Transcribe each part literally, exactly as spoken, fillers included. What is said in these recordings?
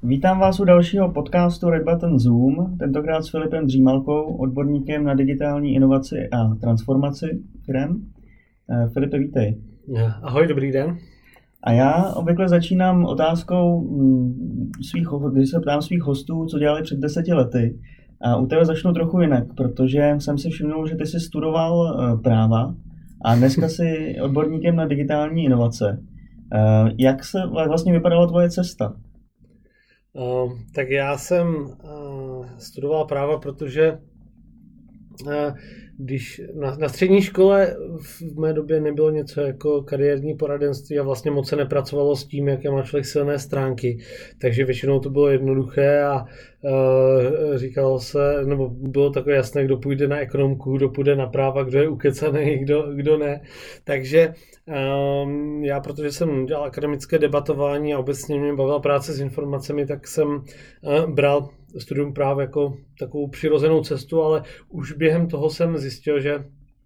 Vítám vás u dalšího podcastu Red Button Zoom, tentokrát s Filipem Dřímalkou, odborníkem na digitální inovaci a transformaci firem. Filipe, vítej. Ahoj, dobrý den. A já obvykle začínám otázkou, svých, když se ptám svých hostů, co dělali před deseti lety. A u tebe začnu trochu jinak, protože jsem si všimnul, že ty jsi studoval práva a dneska jsi odborníkem na digitální inovace. Jak se vlastně vypadala tvoje cesta? Uh, tak já jsem uh, studoval práva, protože uh, když na, na střední škole v mé době nebylo něco jako kariérní poradenství a vlastně moc se nepracovalo s tím, jaké má člověk silné stránky. Takže většinou to bylo jednoduché a uh, říkalo se, nebo bylo takové jasné, kdo půjde na ekonomku, kdo půjde na práva, kdo je ukecaný, kdo, kdo ne. Takže um, já, protože jsem dělal akademické debatování a obecně mě bavila práce s informacemi, tak jsem uh, bral studium práv jako takovou přirozenou cestu, ale už během toho jsem zjistil, že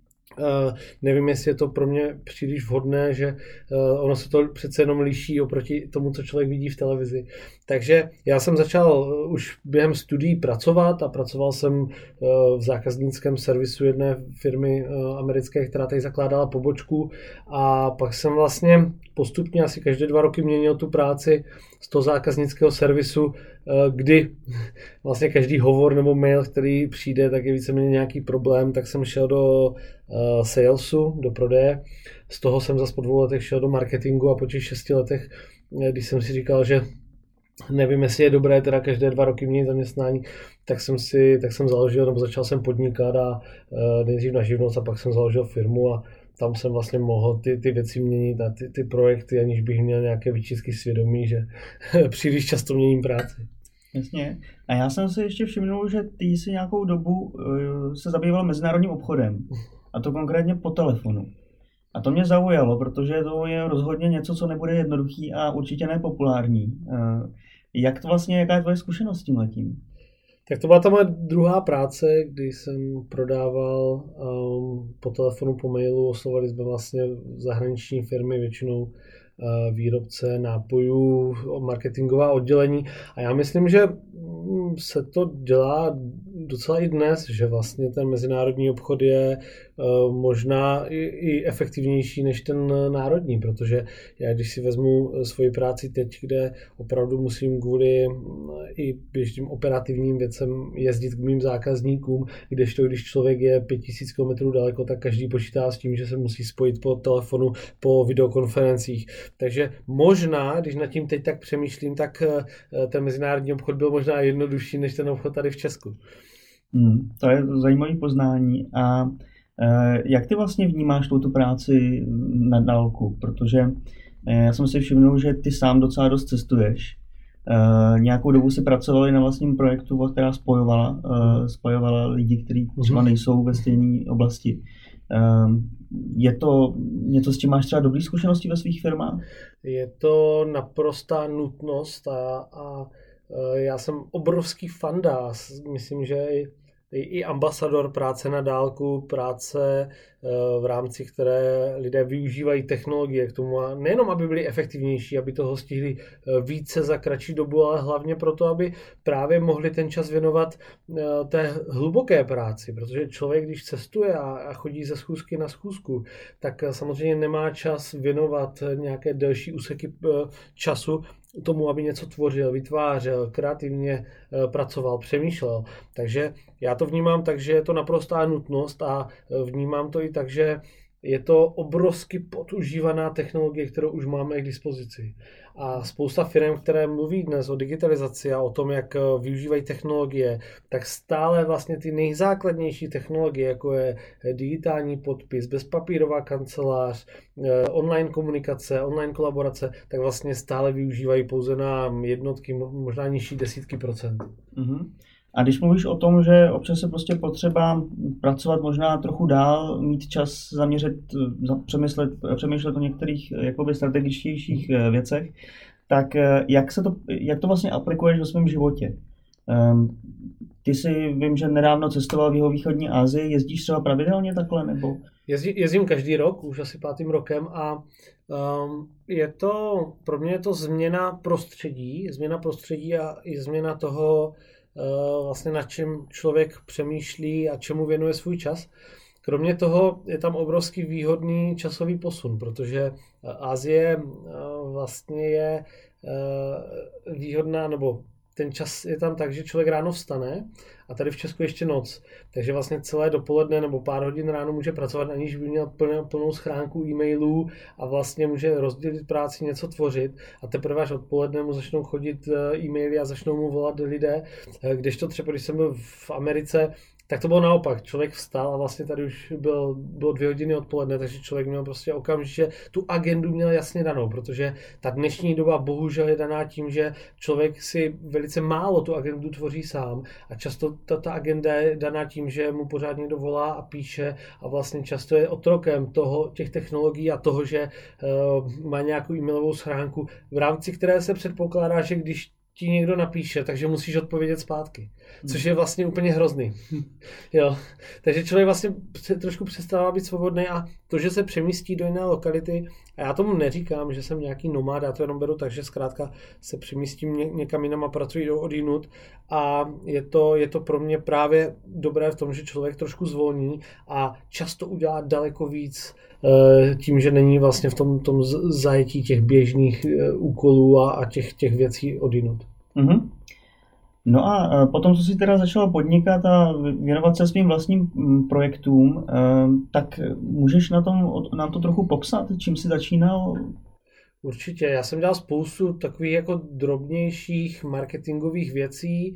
Uh, nevím, jestli je to pro mě příliš vhodné, že uh, ono se to přece jenom liší oproti tomu, co člověk vidí v televizi. Takže já jsem začal uh, už během studií pracovat a pracoval jsem uh, v zákaznickém servisu jedné firmy uh, americké, která tady zakládala pobočku, a pak jsem vlastně postupně asi každé dva roky měnil tu práci z toho zákaznického servisu, uh, kdy vlastně každý hovor nebo mail, který přijde, tak je víceméně nějaký problém, tak jsem šel do Uh, salesu, do prodeje. Z toho jsem zase po dvou letech šel do marketingu a po těch šesti letech, když jsem si říkal, že nevím, jestli je dobré teda každé dva roky měnit zaměstnání, tak jsem si, tak jsem založil, nebo začal jsem podnikat a uh, nejdřív na živnost a pak jsem založil firmu a tam jsem vlastně mohl ty, ty věci měnit a ty, ty projekty, aniž bych měl nějaké výčitky svědomí, že příliš často měním práci. Jasně. A já jsem si ještě všimnul, že ty jsi nějakou dobu uh, se zabýval mezinárodním obchodem. A to konkrétně po telefonu. A to mě zaujalo, protože to je rozhodně něco, co nebude jednoduchý a určitě nepopulární. Jak to vlastně, jaká je tvoje zkušenost s tímhletím? Tak to byla ta moje druhá práce, kdy jsem prodával um, po telefonu, po mailu, oslovali jsme vlastně zahraniční firmy, většinou uh, výrobce nápojů, marketingová oddělení. A já myslím, že se to dělá docela i dnes, že vlastně ten mezinárodní obchod je uh, možná i, i efektivnější než ten národní, protože já když si vezmu svoji práci teď, kde opravdu musím kvůli i běžným operativním věcem jezdit k mým zákazníkům, kdežto když člověk je pět tisíc kilometrů daleko, tak každý počítá s tím, že se musí spojit po telefonu, po videokonferencích. Takže možná, když nad tím teď tak přemýšlím, tak ten mezinárodní obchod byl možná jednodušší než ten obchod tady v Česku. Hmm, to je zajímavé poznání. A e, jak ty vlastně vnímáš tu práci na dálku? Protože e, já jsem si všimnul, že ty sám docela dost cestuješ. E, nějakou dobu si pracovali na vlastním projektu, která spojovala, e, spojovala lidi, kteří třeba nejsou ve stejné oblasti. E, je to něco, s čím máš třeba dobré zkušenosti ve svých firmách? Je to naprostá nutnost a, a já jsem obrovský fanda, myslím, že i, i ambasador práce na dálku, práce v rámci které lidé využívají technologie k tomu, a nejenom aby byli efektivnější, aby toho stihli více za kratší dobu, ale hlavně proto, aby právě mohli ten čas věnovat té hluboké práci, protože člověk, když cestuje a chodí ze schůzky na schůzku, tak samozřejmě nemá čas věnovat nějaké delší úseky času tomu, aby něco tvořil, vytvářel, kreativně pracoval, přemýšlel. Takže já to vnímám tak, že je to naprostá nutnost a vnímám to i tak, že je to obrovsky podužívaná technologie, kterou už máme k dispozici. A spousta firm, které mluví dnes o digitalizaci a o tom, jak využívají technologie, tak stále vlastně ty nejzákladnější technologie, jako je digitální podpis, bezpapírová kancelář, online komunikace, online kolaborace, tak vlastně stále využívají pouze na jednotky, možná nižší desítky procent. Mm-hmm. A když mluvíš o tom, že občas je prostě potřeba pracovat možná trochu dál, mít čas zaměřit, přemýšlet, přemýšlet o některých jakoby strategičtějších věcech, tak jak, se to, jak to vlastně aplikuješ ve svém životě? ty si vím, že nedávno cestoval v jihovýchodní Asii, jezdíš třeba pravidelně takhle, nebo? Jezdí, jezdím každý rok, už asi pátým rokem a um, je to, pro mě je to změna prostředí, změna prostředí a i změna toho, uh, vlastně na čem člověk přemýšlí a čemu věnuje svůj čas. Kromě toho je tam obrovský výhodný časový posun, protože Asie uh, vlastně je uh, výhodná, nebo ten čas je tam tak, že člověk ráno vstane a tady v Česku ještě noc. Takže vlastně celé dopoledne nebo pár hodin ráno může pracovat, aniž by měl plnou, plnou schránku e-mailů a vlastně může rozdělit práci, něco tvořit a teprve až odpoledne mu začnou chodit e-maily a začnou mu volat lidé. Kdežto třeba, když jsem byl v Americe, tak to bylo naopak. Člověk vstal a vlastně tady už byl, bylo dvě hodiny odpoledne, takže člověk měl prostě okamžitě tu agendu měl jasně danou, protože ta dnešní doba bohužel je daná tím, že člověk si velice málo tu agendu tvoří sám a často ta, ta agenda je daná tím, že mu pořád někdo volá a píše a vlastně často je otrokem toho, těch technologií a toho, že uh, má nějakou e-mailovou schránku, v rámci které se předpokládá, že když ti někdo napíše, takže musíš odpovědět zpátky. Což je vlastně úplně hrozný. Jo. Takže člověk vlastně trošku přestává být svobodný a to, že se přemístí do jiné lokality, a já tomu neříkám, že jsem nějaký nomád, já to jenom beru tak, že zkrátka se přemístím ně, někam jinam a pracuji odjinud a je to, je to pro mě právě dobré v tom, že člověk trošku zvolní a často udělá daleko víc tím, že není vlastně v tom, tom zajetí těch běžných úkolů a, a těch, těch věcí odjinud. Mm-hmm. No a potom, co jsi teda začal podnikat a věnovat se svým vlastním projektům, tak můžeš na tom, nám to trochu popsat, čím jsi začínal? Určitě, já jsem dělal spoustu takových jako drobnějších marketingových věcí,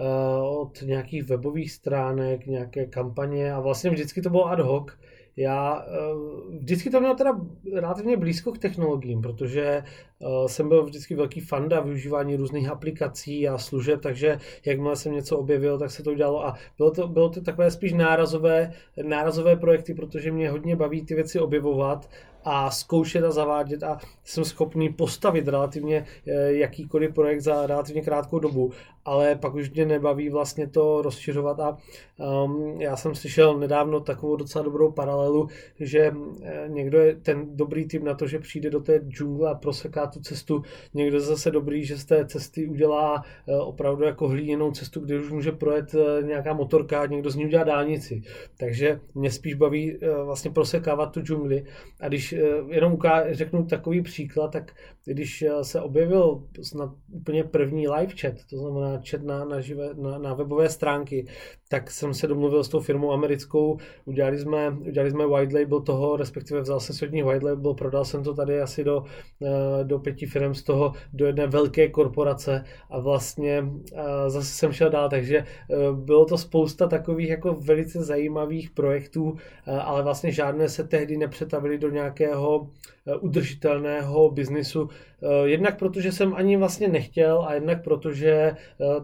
od nějakých webových stránek, nějaké kampaně a vlastně vždycky to bylo ad hoc. Já vždycky to měl teda relativně blízko k technologiím, protože jsem byl vždycky velký fanda využívání různých aplikací a služeb, takže jakmile jsem něco objevil, tak se to udělalo a bylo to, bylo to takové spíš nárazové, nárazové projekty, protože mě hodně baví ty věci objevovat a zkoušet a zavádět a jsem schopný postavit relativně jakýkoliv projekt za relativně krátkou dobu, ale pak už mě nebaví vlastně to rozšiřovat a um, já jsem slyšel nedávno takovou docela dobrou paralelu, že někdo je ten dobrý typ na to, že přijde do té džungle a proseká tu cestu, někdo je zase dobrý, že z té cesty udělá opravdu jako hlíněnou cestu, kde už může projet nějaká motorka, někdo z ní udělá dálnici. Takže mě spíš baví vlastně prosekávat tu džungli a když jenom uká- řeknu takový příklad, tak když se objevil snad úplně první live chat, to znamená chat na, na, živé, na, na webové stránky, tak jsem se domluvil s tou firmou americkou, udělali jsme, udělali jsme white label toho, respektive vzal jsem si od nich white label, prodal jsem to tady asi do, do pěti firm z toho, do jedné velké korporace a vlastně zase jsem šel dál, takže bylo to spousta takových jako velice zajímavých projektů, ale vlastně žádné se tehdy nepřetavily do nějakého udržitelného biznisu. Jednak protože jsem ani vlastně nechtěl a jednak protože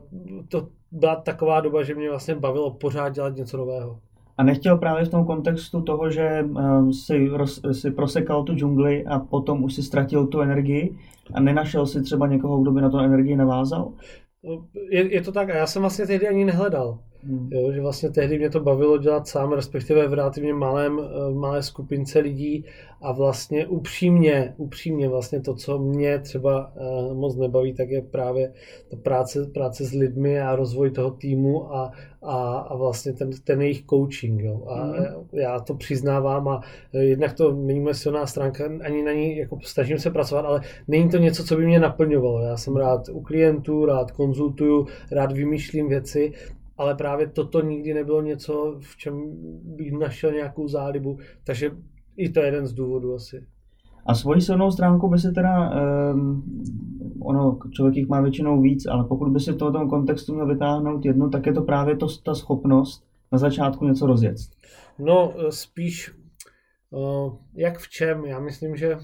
to byla taková doba, že mě vlastně bavilo pořád dělat něco nového. A nechtěl právě v tom kontextu toho, že si, roz, si prosekal tu džungli a potom už si ztratil tu energii a nenašel si třeba někoho, kdo by na tu energii navázal? Je, je to tak a já jsem vlastně tehdy ani nehledal. Hmm. Jo, že vlastně tehdy mě to bavilo dělat sám, respektive v relativně malém, malé skupince lidí a vlastně upřímně, upřímně vlastně to, co mě třeba uh, moc nebaví, tak je právě ta práce, práce s lidmi a rozvoj toho týmu a, a, a vlastně ten, ten jejich coaching. Jo. A hmm. já to přiznávám a jednak to není moje silná stránka, ani na ní jako snažím se pracovat, ale není to něco, co by mě naplňovalo. Já jsem rád u klientů, rád konzultuju, rád vymýšlím věci, ale právě toto nikdy nebylo něco, v čem bych našel nějakou zálibu, takže i to je jeden z důvodů asi. A svoji silnou stránku by si teda, um, ono, člověk jich má většinou víc, ale pokud by si v tomto kontextu měl vytáhnout jednu, tak je to právě to, ta schopnost na začátku něco rozjet. No, spíš, uh, jak v čem, já myslím, že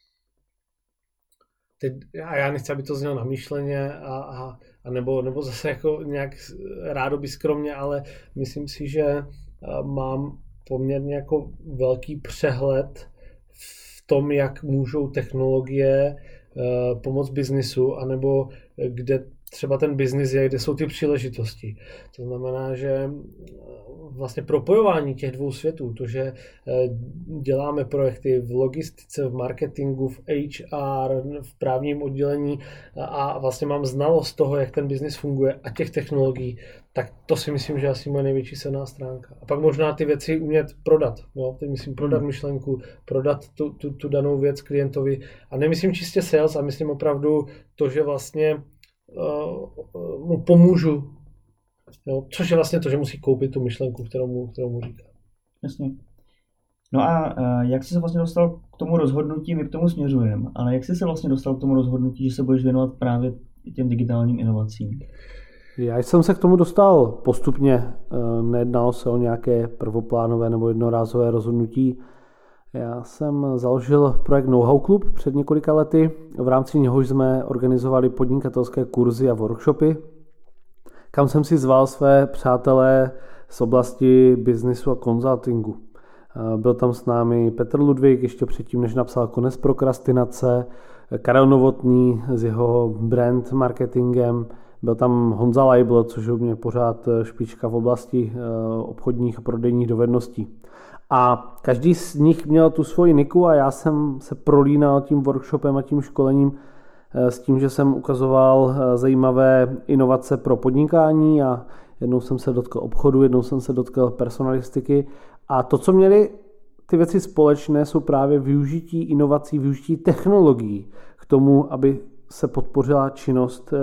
teď, a já nechci, aby to znělo namyšleně a, a, a nebo, nebo zase jako nějak rádoby skromně, ale myslím si, že mám poměrně jako velký přehled v tom, jak můžou technologie pomoct biznisu, anebo kde třeba ten biznis je, kde jsou ty příležitosti. To znamená, že vlastně propojování těch dvou světů, to, že děláme projekty v logistice, v marketingu, v H R, v právním oddělení a vlastně mám znalost toho, jak ten biznis funguje a těch technologií, tak to si myslím, že asi moje největší silná stránka. A pak možná ty věci umět prodat. Jo? Teď myslím prodat myšlenku, prodat tu, tu, tu danou věc klientovi. A nemyslím čistě sales, a myslím opravdu to, že vlastně uh, mu pomůžu. Jo? Což je vlastně to, že musí koupit tu myšlenku, kterou mu, kterou mu říká. Jasně. No a uh, jak jsi se vlastně dostal k tomu rozhodnutí, my k tomu směřujeme, ale jak jsi se vlastně dostal k tomu rozhodnutí, že se budeš věnovat právě těm digitálním inovacím? Já jsem se k tomu dostal postupně, nejednalo se o nějaké prvoplánové nebo jednorázové rozhodnutí. Já jsem založil projekt Know-how Club před několika lety, v rámci něhož jsme organizovali podnikatelské kurzy a workshopy, kam jsem si zval své přátelé z oblasti biznisu a konzultingu. Byl tam s námi Petr Ludvík, ještě předtím, než napsal Konec prokrastinace, Karel Novotný s jeho brand marketingem, byl tam Honza Leibl, což je u mě pořád špička v oblasti obchodních a prodejních dovedností. A každý z nich měl tu svoji niku a já jsem se prolínal tím workshopem a tím školením s tím, že jsem ukazoval zajímavé inovace pro podnikání a jednou jsem se dotkl obchodu, jednou jsem se dotkl personalistiky. A to, co měly ty věci společné, jsou právě využití inovací, využití technologií k tomu, aby se podpořila činnost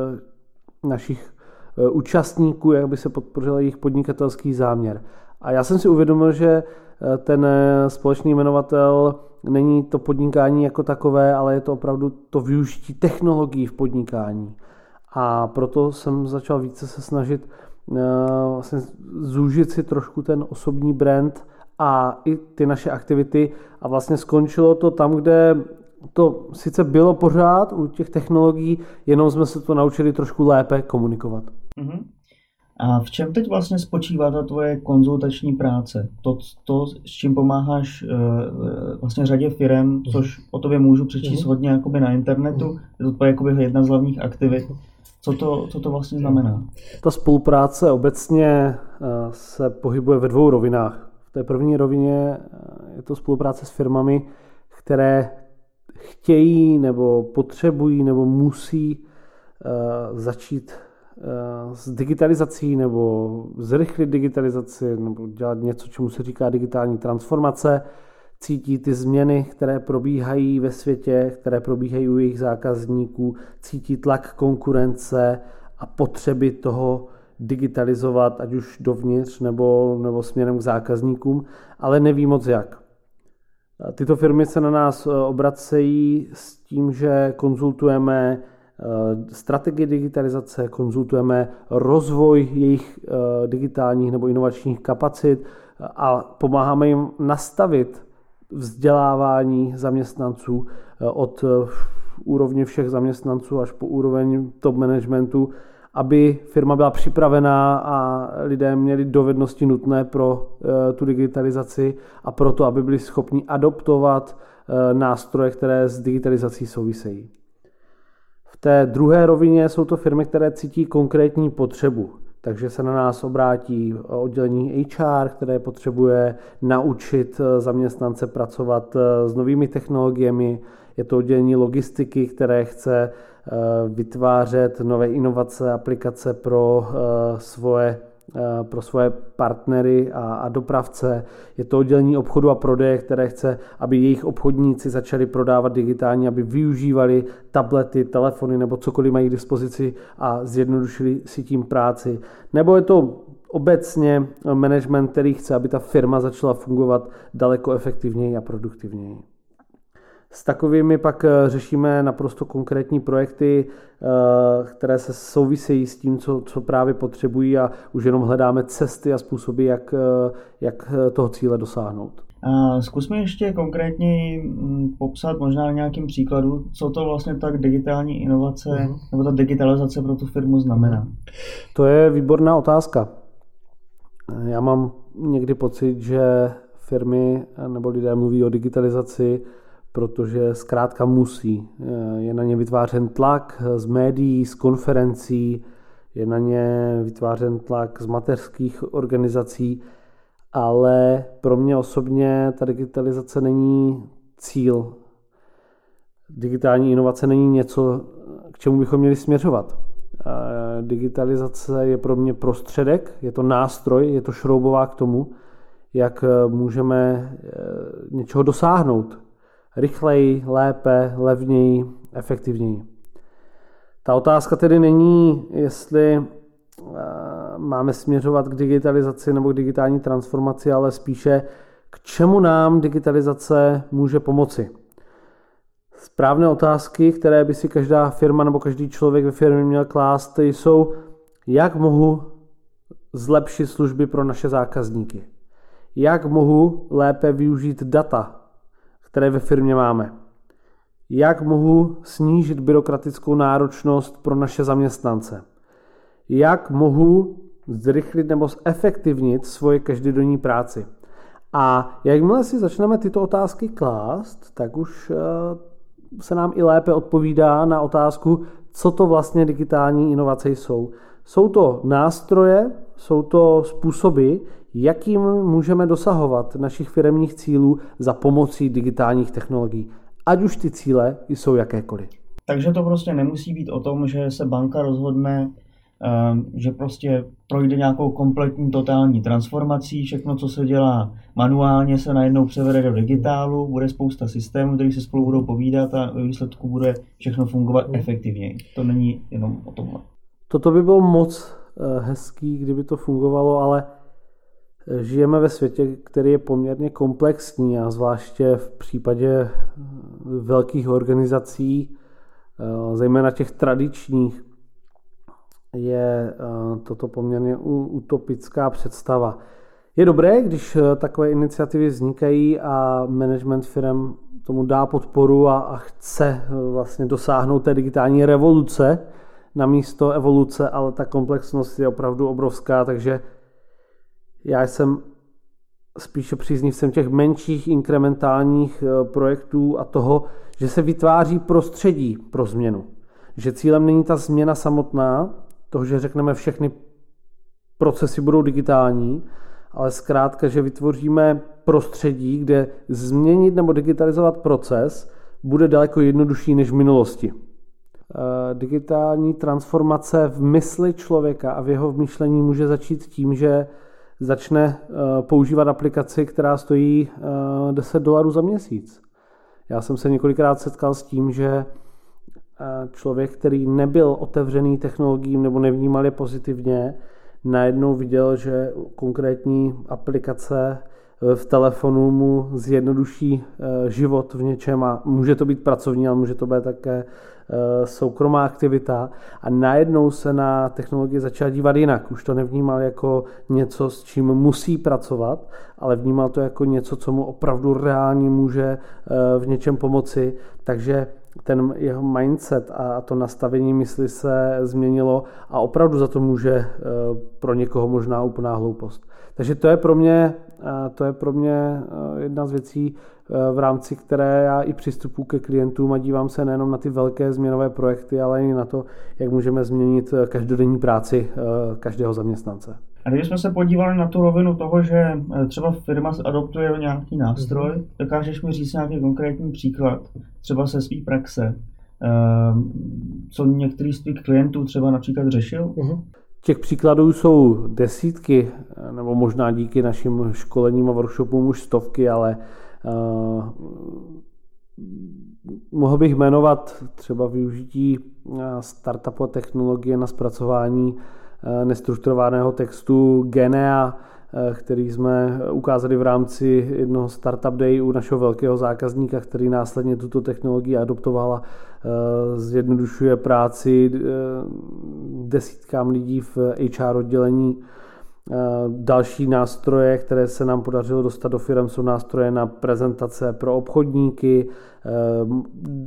našich účastníků, jak by se podpořil jejich podnikatelský záměr. A já jsem si uvědomil, že ten společný jmenovatel není to podnikání jako takové, ale je to opravdu to využití technologií v podnikání. A proto jsem začal více se snažit vlastně zúžit si trošku ten osobní brand a i ty naše aktivity. A vlastně skončilo to tam, kde to sice bylo pořád u těch technologií, jenom jsme se to naučili trošku lépe komunikovat. Uh-huh. A v čem teď vlastně spočívá ta tvoje konzultační práce? To, to s čím pomáháš uh, vlastně řadě firem, což o tobě můžu přečíst uh-huh. hodně jakoby na internetu, uh-huh. je to tvoje jakoby jedna z hlavních aktivit. Co to, co to vlastně znamená? Ta spolupráce obecně se pohybuje ve dvou rovinách. V té první rovině je to spolupráce s firmami, které chtějí nebo potřebují nebo musí začít s digitalizací nebo zrychlit digitalizaci nebo dělat něco, čemu se říká digitální transformace. Cítí ty změny, které probíhají ve světě, které probíhají u jejich zákazníků, cítí tlak konkurence a potřeby toho digitalizovat, ať už dovnitř nebo, nebo směrem k zákazníkům, ale neví moc jak. Tyto firmy se na nás obracejí s tím, že konzultujeme strategii digitalizace, konzultujeme rozvoj jejich digitálních nebo inovačních kapacit a pomáháme jim nastavit vzdělávání zaměstnanců od úrovně všech zaměstnanců až po úroveň top managementu, aby firma byla připravená a lidé měli dovednosti nutné pro tu digitalizaci a proto, aby byli schopni adoptovat nástroje, které s digitalizací souvisejí. V té druhé rovině jsou to firmy, které cítí konkrétní potřebu. Takže se na nás obrátí oddělení H R, které potřebuje naučit zaměstnance pracovat s novými technologiemi. Je to oddělení logistiky, které chce vytvářet nové inovace, aplikace pro svoje, pro svoje partnery a, a dopravce. Je to oddělení obchodu a prodeje, které chce, aby jejich obchodníci začali prodávat digitálně, aby využívali tablety, telefony nebo cokoliv mají k dispozici a zjednodušili si tím práci. Nebo je to obecně management, který chce, aby ta firma začala fungovat daleko efektivněji a produktivněji. S takovými pak řešíme naprosto konkrétní projekty, které se souvisejí s tím, co, co právě potřebují a už jenom hledáme cesty a způsoby, jak, jak toho cíle dosáhnout. A zkusme ještě konkrétně popsat možná nějakým příkladu, co to vlastně tak digitální inovace uh-huh. nebo ta digitalizace pro tu firmu znamená. To je výborná otázka. Já mám někdy pocit, že firmy nebo lidé mluví o digitalizaci protože zkrátka musí. Je na ně vytvářen tlak z médií, z konferencí, je na ně vytvářen tlak z mateřských organizací, ale pro mě osobně ta digitalizace není cíl. Digitální inovace není něco, k čemu bychom měli směřovat. Digitalizace je pro mě prostředek, je to nástroj, je to šroubovák k tomu, jak můžeme něčeho dosáhnout. Rychleji, lépe, levněji, efektivněji. Ta otázka tedy není, jestli máme směřovat k digitalizaci nebo k digitální transformaci, ale spíše k čemu nám digitalizace může pomoci. Správné otázky, které by si každá firma nebo každý člověk ve firmě měl klást, jsou, jak mohu zlepšit služby pro naše zákazníky. Jak mohu lépe využít data, které ve firmě máme. Jak mohu snížit byrokratickou náročnost pro naše zaměstnance. Jak mohu zrychlit nebo zefektivnit svoje každodenní práci. A jakmile si začneme tyto otázky klást, tak už se nám i lépe odpovídá na otázku, co to vlastně digitální inovace jsou. Jsou to nástroje, jsou to způsoby, jakým můžeme dosahovat našich firemních cílů za pomocí digitálních technologií. Ať už ty cíle jsou jakékoliv. Takže to prostě nemusí být o tom, že se banka rozhodne, že prostě projde nějakou kompletní totální transformací, všechno, co se dělá manuálně, se najednou převede do digitálu, bude spousta systémů, které se spolu budou povídat a ve výsledku bude všechno fungovat efektivněji. To není jenom o tomhle. Toto by bylo moc hezký, kdyby to fungovalo, ale žijeme ve světě, který je poměrně komplexní a zvláště v případě velkých organizací, zejména těch tradičních, je toto poměrně utopická představa. Je dobré, když takové iniciativy vznikají a management firm tomu dá podporu a, a chce vlastně dosáhnout té digitální revoluce na místo evoluce, ale ta komplexnost je opravdu obrovská, takže já jsem spíše příznivcem těch menších inkrementálních projektů a toho, že se vytváří prostředí pro změnu. Že cílem není ta změna samotná, toho, že řekneme všechny procesy budou digitální, ale zkrátka, že vytvoříme prostředí, kde změnit nebo digitalizovat proces bude daleko jednodušší než v minulosti. Digitální transformace v mysli člověka a v jeho myšlení může začít tím, že začne používat aplikaci, která stojí deset dolarů za měsíc. Já jsem se několikrát setkal s tím, že člověk, který nebyl otevřený technologiím nebo nevnímal je pozitivně, najednou viděl, že konkrétní aplikace v telefonu mu zjednoduší život v něčem a může to být pracovní, ale může to být také soukromá aktivita a najednou se na technologii začal dívat jinak. Už to nevnímal jako něco, s čím musí pracovat, ale vnímal to jako něco, co mu opravdu reálně může v něčem pomoci. Takže ten jeho mindset a to nastavení mysli se změnilo a opravdu za to může pro někoho možná úplná hloupost. Takže to je pro mě, to je pro mě jedna z věcí, v rámci které já i přistupuji ke klientům a dívám se nejenom na ty velké změnové projekty, ale i na to, jak můžeme změnit každodenní práci každého zaměstnance. A kdybychom se podívali na tu rovinu toho, že třeba firma adoptuje nějaký nástroj, mm-hmm. dokážeš mi říct nějaký konkrétní příklad, třeba se svý praxe, co některý z tvých klientů třeba například řešil? Mm-hmm. Těch příkladů jsou desítky, nebo možná díky našim školením a workshopům už stovky, ale uh, mohl bych jmenovat třeba využití startupu technologie na zpracování nestrukturovaného textu Genea, který jsme ukázali v rámci jednoho Startup Day u našeho velkého zákazníka, který následně tuto technologii adoptoval a zjednodušuje práci desítkám lidí v H R oddělení. Další nástroje, které se nám podařilo dostat do firm, jsou nástroje na prezentace pro obchodníky,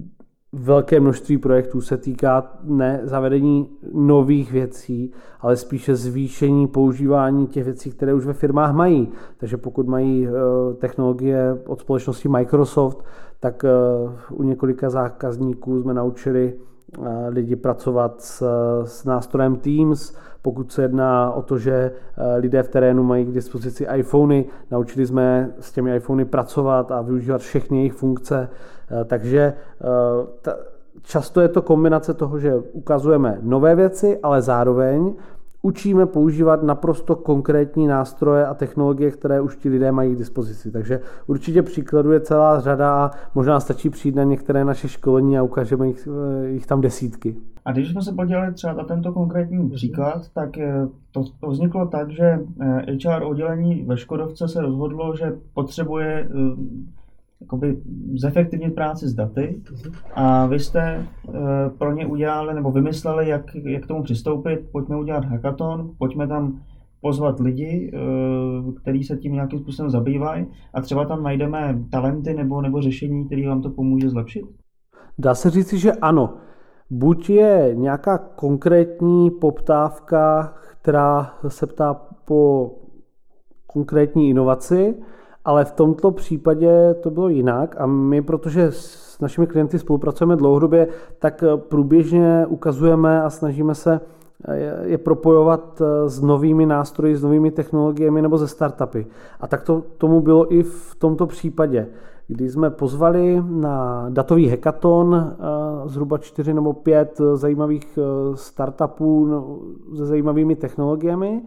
velké množství projektů se týká ne zavedení nových věcí, ale spíše zvýšení používání těch věcí, které už ve firmách mají. Takže pokud mají technologie od společnosti Microsoft, tak u několika zákazníků jsme naučili lidi pracovat s, s nástrojem Teams. Pokud se jedná o to, že lidé v terénu mají k dispozici iPhony, naučili jsme s těmi iPhony pracovat a využívat všechny jejich funkce. Takže ta, často je to kombinace toho, že ukazujeme nové věci, ale zároveň učíme používat naprosto konkrétní nástroje a technologie, které už ti lidé mají k dispozici. Takže určitě příkladů je celá řada a možná stačí přijít na některé naše školení a ukážeme jich, jich tam desítky. A když jsme se podívali třeba na tento konkrétní příklad, tak to, to vzniklo tak, že H R oddělení ve Škodovce se rozhodlo, že potřebuje jakoby zefektivnit práci s daty a vy jste pro ně udělali nebo vymysleli, jak, jak k tomu přistoupit. Pojďme udělat hackathon, pojďme tam pozvat lidi, kteří se tím nějakým způsobem zabývají a třeba tam najdeme talenty nebo, nebo řešení, které vám to pomůže zlepšit? Dá se říci, že ano. Buď je nějaká konkrétní poptávka, která se ptá po konkrétní inovaci, ale v tomto případě to bylo jinak a my, protože s našimi klienty spolupracujeme dlouhodobě, tak průběžně ukazujeme a snažíme se je propojovat s novými nástroji, s novými technologiemi nebo ze startupy. A tak to tomu bylo i v tomto případě, kdy jsme pozvali na datový hackathon zhruba čtyři nebo pět zajímavých startupů se zajímavými technologiemi.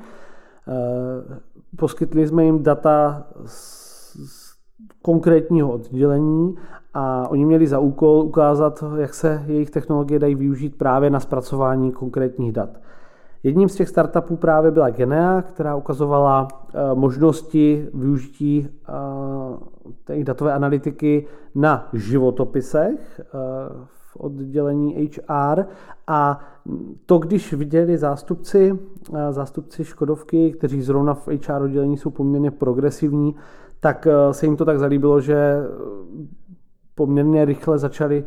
Poskytli jsme jim data z konkrétního oddělení a oni měli za úkol ukázat, jak se jejich technologie dají využít právě na zpracování konkrétních dat. Jedním z těch startupů právě byla Genea, která ukazovala možnosti využití té datové analytiky na životopisech v oddělení H R a to, když viděli zástupci, zástupci Škodovky, kteří zrovna v H R oddělení jsou poměrně progresivní, tak se jim to tak zalíbilo, že poměrně rychle začali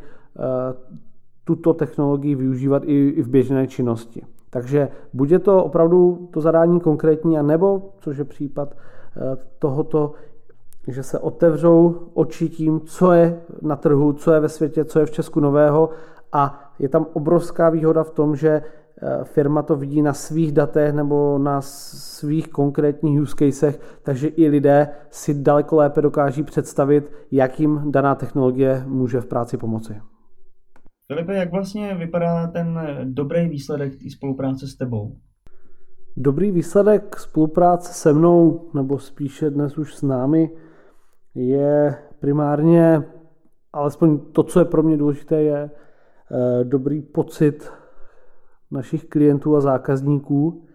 tuto technologii využívat i v běžné činnosti. Takže buď je to opravdu to zadání konkrétní, anebo, což je případ tohoto, že se otevřou oči tím, co je na trhu, co je ve světě, co je v Česku nového a je tam obrovská výhoda v tom, že firma to vidí na svých datech nebo na svých konkrétních use casech, takže i lidé si daleko lépe dokáží představit, jak jim daná technologie může v práci pomoci. Filipe, jak vlastně vypadá ten dobrý výsledek té spolupráce s tebou? Dobrý výsledek spolupráce se mnou, nebo spíše dnes už s námi, je primárně, alespoň to, co je pro mě důležité, je dobrý pocit našich klientů a zákazníků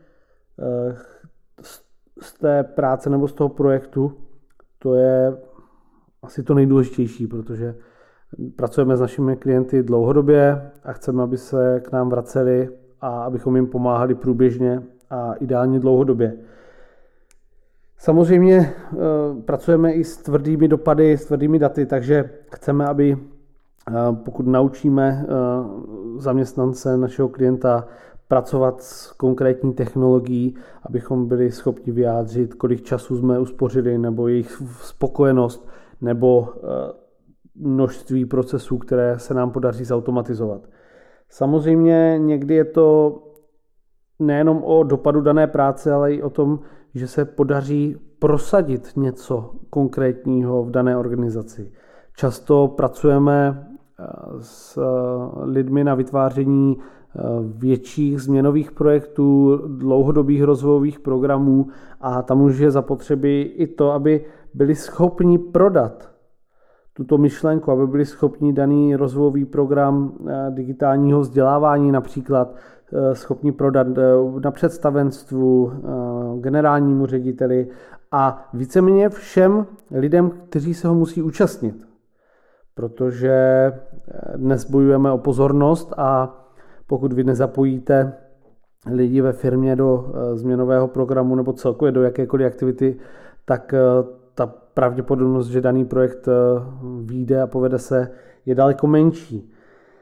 z té práce nebo z toho projektu. To je asi to nejdůležitější, protože pracujeme s našimi klienty dlouhodobě a chceme, aby se k nám vraceli a abychom jim pomáhali průběžně a ideálně dlouhodobě. Samozřejmě pracujeme i s tvrdými dopady, s tvrdými daty, takže chceme, aby pokud naučíme zaměstnance našeho klienta pracovat s konkrétní technologií, abychom byli schopni vyjádřit, kolik času jsme uspořili, nebo jejich spokojenost, nebo množství procesů, které se nám podaří zautomatizovat. Samozřejmě někdy je to nejenom o dopadu dané práce, ale i o tom, že se podaří prosadit něco konkrétního v dané organizaci. Často pracujeme s lidmi na vytváření větších změnových projektů, dlouhodobých rozvojových programů a tam už je zapotřebí i to, aby byli schopni prodat tuto myšlenku, aby byli schopni daný rozvojový program digitálního vzdělávání například schopni prodat na představenstvu, generálnímu řediteli a víceméně všem lidem, kteří se ho musí účastnit. Protože dnes bojujeme o pozornost a pokud vy nezapojíte lidi ve firmě do změnového programu nebo celkově do jakékoliv aktivity, tak ta pravděpodobnost, že daný projekt vyjde a povede se, je daleko menší.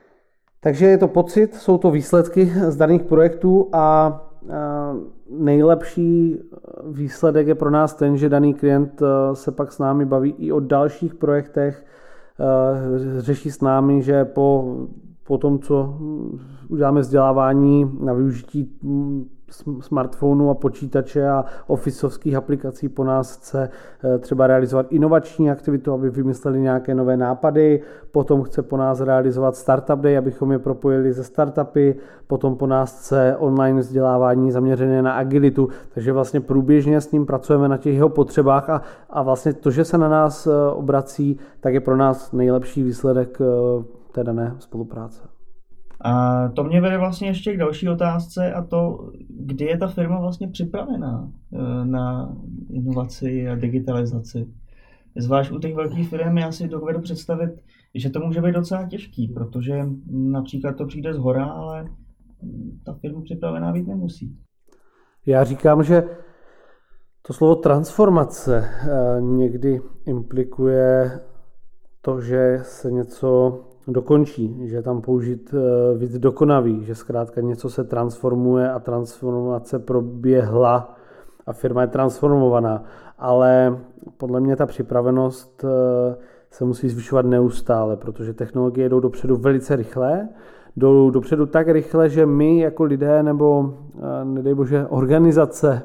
Takže je to pocit, jsou to výsledky z daných projektů a nejlepší výsledek je pro nás ten, že daný klient se pak s námi baví i o dalších projektech, řeší s námi, že po, po tom, co uděláme vzdělávání na využití smartphonu a počítače a officeovských aplikací, po nás chce třeba realizovat inovační aktivitu, aby vymysleli nějaké nové nápady, potom chce po nás realizovat Startup Day, abychom je propojili ze startupy, potom po nás chce online vzdělávání zaměřené na agilitu, takže vlastně průběžně s ním pracujeme na těch jeho potřebách a, a vlastně to, že se na nás obrací, tak je pro nás nejlepší výsledek té dané spolupráce. A to mě vede vlastně ještě k další otázce a to, kdy je ta firma vlastně připravená na inovaci a digitalizaci. Zvlášť u těch velkých firm já si dovedu představit, že to může být docela těžký, protože například to přijde z hora, ale ta firma připravená být nemusí. Já říkám, že to slovo transformace někdy implikuje to, že se něco dokončí, že tam použít víc dokonavý, že zkrátka něco se transformuje a transformace proběhla a firma je transformovaná. Ale podle mě ta připravenost se musí zvyšovat neustále, protože technologie jdou dopředu velice rychle, jdou dopředu tak rychle, že my jako lidé nebo nedej bože organizace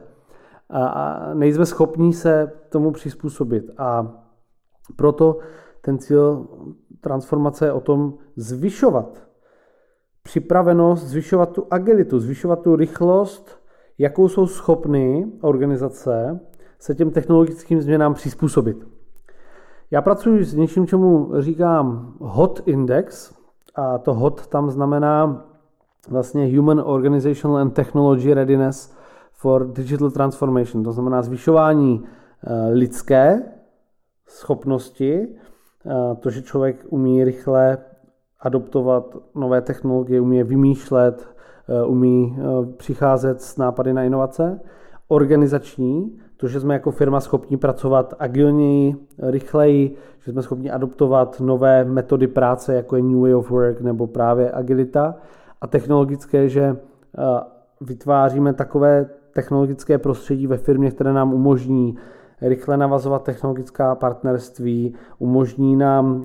a nejsme schopní se tomu přizpůsobit. A proto ten cíl transformace je o tom zvyšovat připravenost, zvyšovat tu agilitu, zvyšovat tu rychlost, jakou jsou schopny organizace se těm technologickým změnám přizpůsobit. Já pracuji s něčím, čemu říkám hot index, a to hot tam znamená vlastně Human Organizational and Technology Readiness for Digital Transformation, to znamená zvyšování lidské schopnosti, to, že člověk umí rychle adoptovat nové technologie, umí vymýšlet, umí přicházet s nápady na inovace. Organizační, to, že jsme jako firma schopni pracovat agilněji, rychleji, že jsme schopni adoptovat nové metody práce, jako je New Way of Work nebo právě agilita. A technologické, že vytváříme takové technologické prostředí ve firmě, které nám umožní rychle navazovat technologická partnerství, umožní nám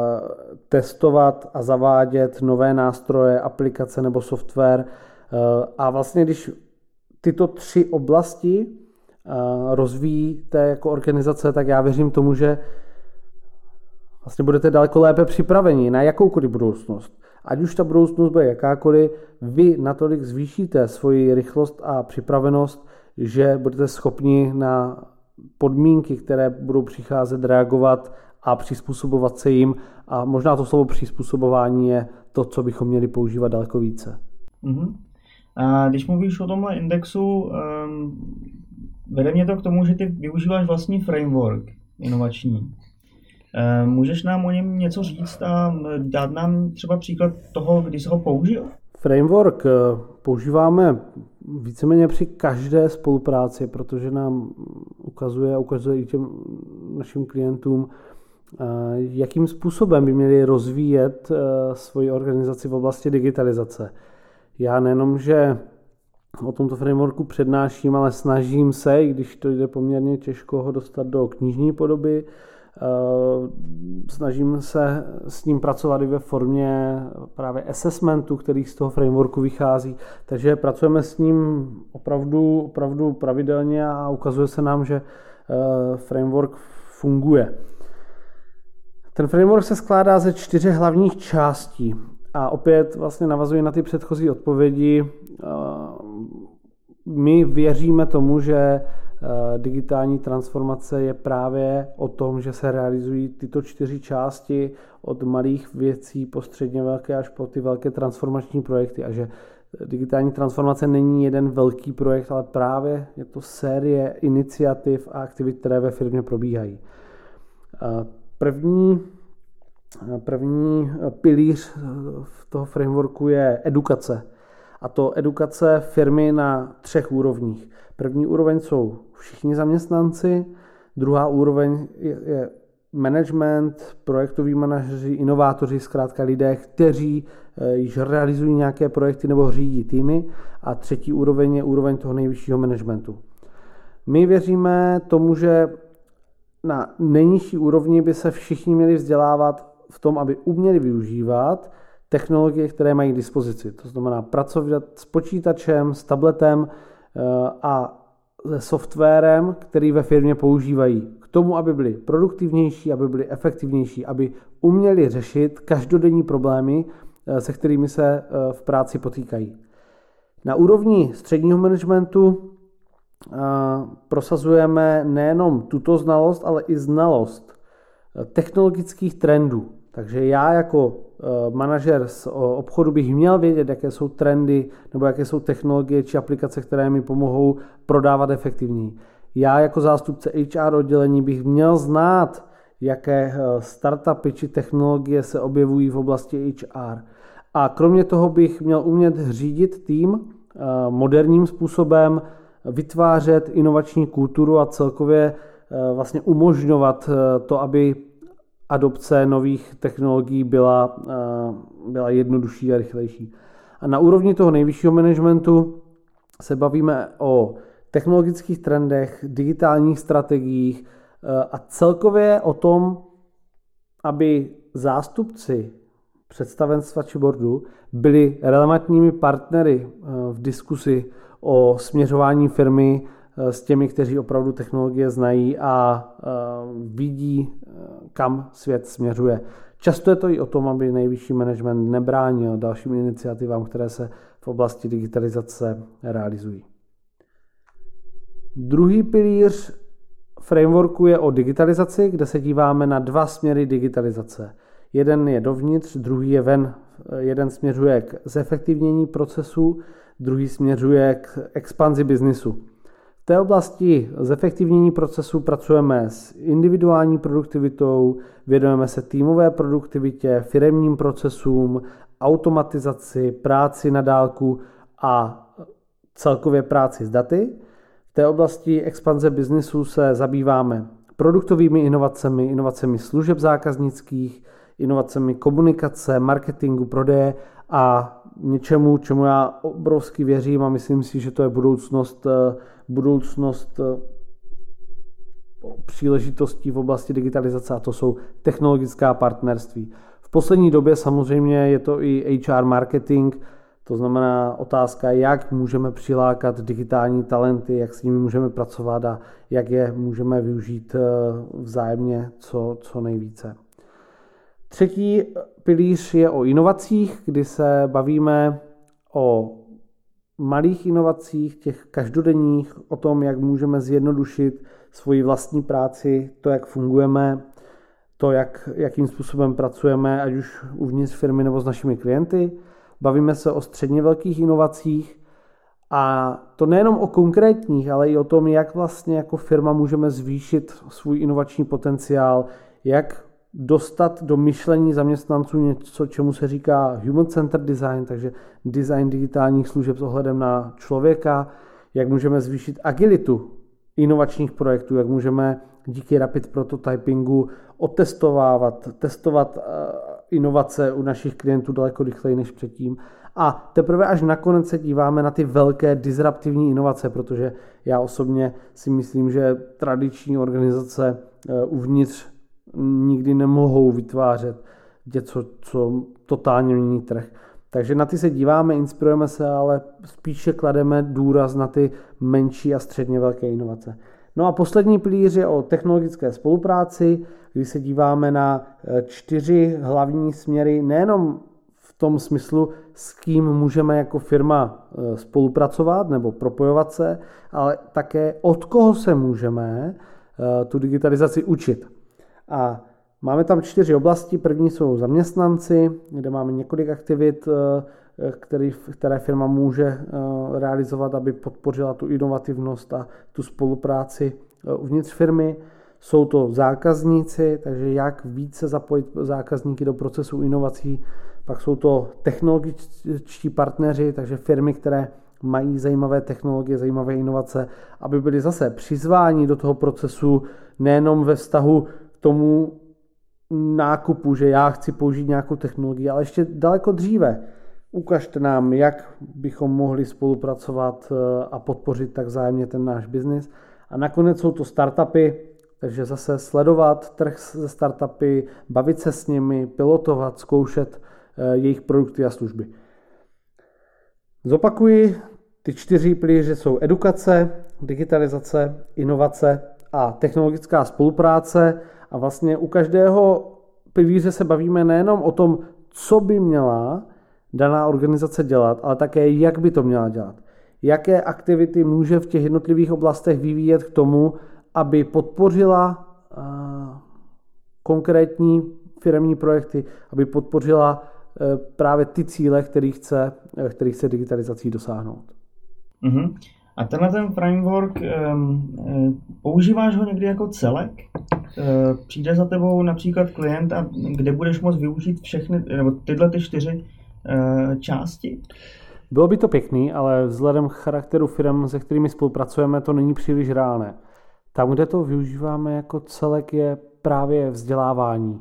testovat a zavádět nové nástroje, aplikace nebo software. A vlastně, když tyto tři oblasti rozvíjíte jako organizace, tak já věřím tomu, že vlastně budete daleko lépe připraveni na jakoukoliv budoucnost. Ať už ta budoucnost bude jakákoliv, vy natolik zvýšíte svoji rychlost a připravenost, že budete schopni na podmínky, které budou přicházet, reagovat a přizpůsobovat se jim. A možná to slovo přizpůsobování je to, co bychom měli používat daleko více. Mm-hmm. A když mluvíš o tomhle indexu, um, vede mě to k tomu, že ty využíváš vlastní framework inovační. Um, můžeš nám o něm něco říct a dát nám třeba příklad toho, kdy jsi ho použil? Framework používáme víceméně při každé spolupráci, protože nám ukazuje a ukazuje i těm našim klientům, jakým způsobem by měli rozvíjet svoji organizaci v oblasti digitalizace. Já nejenom, že o tomto frameworku přednáším, ale snažím se, i když to jde poměrně těžko, ho dostat do knižní podoby. Snažím se s ním pracovat i ve formě právě assessmentu, který z toho frameworku vychází. Takže pracujeme s ním opravdu, opravdu pravidelně a ukazuje se nám, že framework funguje. Ten framework se skládá ze čtyř hlavních částí a opět vlastně navazuje na ty předchozí odpovědi. My věříme tomu, že digitální transformace je právě o tom, že se realizují tyto čtyři části od malých věcí po středně velké až po ty velké transformační projekty a že digitální transformace není jeden velký projekt, ale právě je to série iniciativ a aktivit, které ve firmě probíhají. První, první pilíř toho frameworku je edukace. A to edukace firmy na třech úrovních. První úroveň jsou všichni zaměstnanci, druhá úroveň je management, projektoví manažeři, inovátoři, zkrátka lidé, kteří již realizují nějaké projekty nebo řídí týmy. A třetí úroveň je úroveň toho nejvyššího managementu. My věříme tomu, že na nejnižší úrovni by se všichni měli vzdělávat v tom, aby uměli využívat technologie, které mají k dispozici. To znamená pracovat s počítačem, s tabletem a se softwarem, který ve firmě používají. K tomu, aby byli produktivnější, aby byli efektivnější, aby uměli řešit každodenní problémy, se kterými se v práci potýkají. Na úrovni středního managementu prosazujeme nejenom tuto znalost, ale i znalost technologických trendů. Takže já jako manažer z obchodu bych měl vědět, jaké jsou trendy nebo jaké jsou technologie či aplikace, které mi pomohou prodávat efektivněji. Já jako zástupce H R oddělení bych měl znát, jaké startupy či technologie se objevují v oblasti H R. A kromě toho bych měl umět řídit tým moderním způsobem, vytvářet inovační kulturu a celkově vlastně umožňovat to, aby adopce nových technologií byla, byla jednodušší a rychlejší. A na úrovni toho nejvyššího managementu se bavíme o technologických trendech, digitálních strategiích a celkově o tom, aby zástupci představenstva či boardu byli relevantními partnery v diskusi o směřování firmy s těmi, kteří opravdu technologie znají a vidí, kam svět směřuje. Často je to i o tom, aby nejvyšší management nebránil dalším iniciativám, které se v oblasti digitalizace realizují. Druhý pilíř frameworku je o digitalizaci, kde se díváme na dva směry digitalizace. Jeden je dovnitř, druhý je ven. Jeden směřuje k zefektivnění procesů, druhý směřuje k expanzi biznisu. V té oblasti zefektivnění procesů pracujeme s individuální produktivitou, věnujeme se týmové produktivitě, firemním procesům, automatizaci, práci na dálku a celkově práci s daty. V té oblasti expanze biznisu se zabýváme produktovými inovacemi, inovacemi služeb zákaznických, inovacemi komunikace, marketingu, prodeje a něčemu, čemu já obrovsky věřím a myslím si, že to je budoucnost, budoucnost příležitostí v oblasti digitalizace a to jsou technologická partnerství. V poslední době samozřejmě je to i H R marketing, to znamená otázka, jak můžeme přilákat digitální talenty, jak s nimi můžeme pracovat a jak je můžeme využít vzájemně co, co nejvíce. Třetí pilíř je o inovacích, kdy se bavíme o malých inovacích, těch každodenních, o tom, jak můžeme zjednodušit svoji vlastní práci, to, jak fungujeme, to, jak, jakým způsobem pracujeme, ať už uvnitř firmy nebo s našimi klienty. Bavíme se o středně velkých inovacích a to nejenom o konkrétních, ale i o tom, jak vlastně jako firma můžeme zvýšit svůj inovační potenciál, jak dostat do myšlení zaměstnanců něco, čemu se říká human-centered design, takže design digitálních služeb s ohledem na člověka, jak můžeme zvýšit agilitu inovačních projektů, jak můžeme díky rapid prototypingu otestovávat, testovat inovace u našich klientů daleko rychleji než předtím. A teprve až nakonec se díváme na ty velké disruptivní inovace, protože já osobně si myslím, že tradiční organizace uvnitř nikdy nemohou vytvářet něco, co totálně mění trh. Takže na ty se díváme, inspirujeme se, ale spíše klademe důraz na ty menší a středně velké inovace. No a poslední pilíř je o technologické spolupráci, kdy se díváme na čtyři hlavní směry, nejenom v tom smyslu, s kým můžeme jako firma spolupracovat nebo propojovat se, ale také od koho se můžeme tu digitalizaci učit. A máme tam čtyři oblasti. První jsou zaměstnanci, kde máme několik aktivit, který, které firma může realizovat, aby podpořila tu inovativnost a tu spolupráci uvnitř firmy. Jsou to zákazníci, takže jak více zapojit zákazníky do procesu inovací. Pak jsou to technologičtí partneři, takže firmy, které mají zajímavé technologie, zajímavé inovace, aby byly zase přizváni do toho procesu nejenom ve vztahu k tomu, nákupu, že já chci použít nějakou technologii, ale ještě daleko dříve. Ukažte nám, jak bychom mohli spolupracovat a podpořit tak vzájemně ten náš biznis. A nakonec jsou to startupy, takže zase sledovat trh se startupy, bavit se s nimi, pilotovat, zkoušet jejich produkty a služby. Zopakuji, ty čtyři pilíře jsou edukace, digitalizace, inovace a technologická spolupráce. A vlastně u každého pilíře se bavíme nejenom o tom, co by měla daná organizace dělat, ale také jak by to měla dělat. Jaké aktivity může v těch jednotlivých oblastech vyvíjet k tomu, aby podpořila konkrétní firemní projekty, aby podpořila právě ty cíle, které chce, který chce digitalizací dosáhnout. Uh-huh. A tenhle ten framework, um, používáš ho někdy jako celek? Uh, přijde za tebou například klient, a kde budeš moct využít všechny, nebo tyhle ty čtyři uh, části? Bylo by to pěkný, ale vzhledem k charakteru firm, se kterými spolupracujeme, to není příliš reálné. Tam, kde to využíváme jako celek, je právě vzdělávání.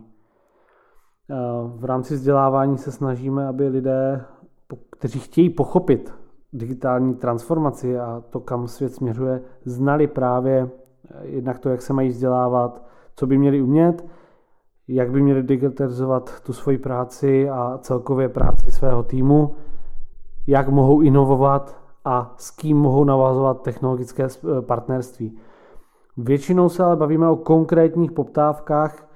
V rámci vzdělávání se snažíme, aby lidé, kteří chtějí pochopit digitální transformaci a to, kam svět směřuje, znali právě jednak to, jak se mají vzdělávat, co by měli umět, jak by měli digitalizovat tu svoji práci a celkově práci svého týmu, jak mohou inovovat a s kým mohou navazovat technologické partnerství. Většinou se ale bavíme o konkrétních poptávkách.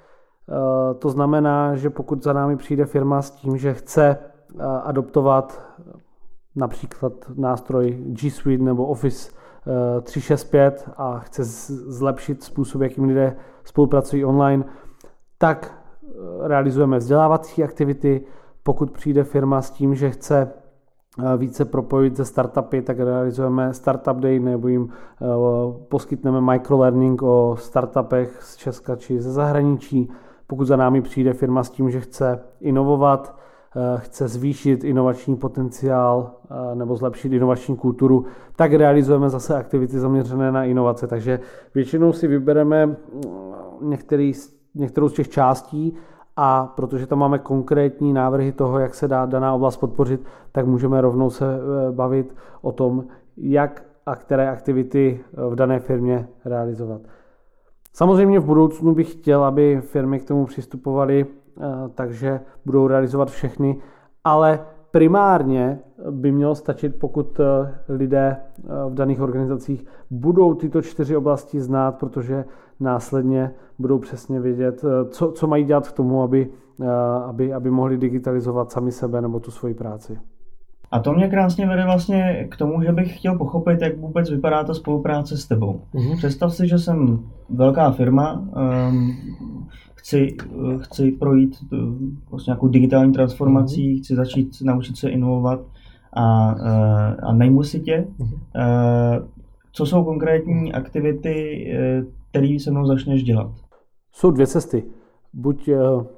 To znamená, že pokud za námi přijde firma s tím, že chce adoptovat například nástroj G Suite nebo Office tři šest pět a chce zlepšit způsob, jakým lidé spolupracují online, tak realizujeme vzdělávací aktivity. Pokud přijde firma s tím, že chce více propojit ze startupy, tak realizujeme Startup Day nebo jim poskytneme microlearning o startupech z Česka či ze zahraničí. Pokud za námi přijde firma s tím, že chce inovovat, chce zvýšit inovační potenciál nebo zlepšit inovační kulturu, tak realizujeme zase aktivity zaměřené na inovace. Takže většinou si vybereme některý, některou z těch částí a protože tam máme konkrétní návrhy toho, jak se dá daná oblast podpořit, tak můžeme rovnou se bavit o tom, jak a které aktivity v dané firmě realizovat. Samozřejmě v budoucnu bych chtěl, aby firmy k tomu přistupovaly, takže budou realizovat všechny, ale primárně by mělo stačit, pokud lidé v daných organizacích budou tyto čtyři oblasti znát, protože následně budou přesně vědět, co, co mají dělat k tomu, aby, aby, aby mohli digitalizovat sami sebe nebo tu svoji práci. A to mě krásně vede vlastně k tomu, že bych chtěl pochopit, jak vůbec vypadá ta spolupráce s tebou. Mm-hmm. Představ si, že jsem velká firma, um, chci, chci projít vlastně nějakou digitální transformací, mm-hmm. chci začít naučit se inovovat a, a najmu si tě. Mm-hmm. Uh, co jsou konkrétní aktivity, které se mnou začneš dělat? Jsou dvě cesty. Buď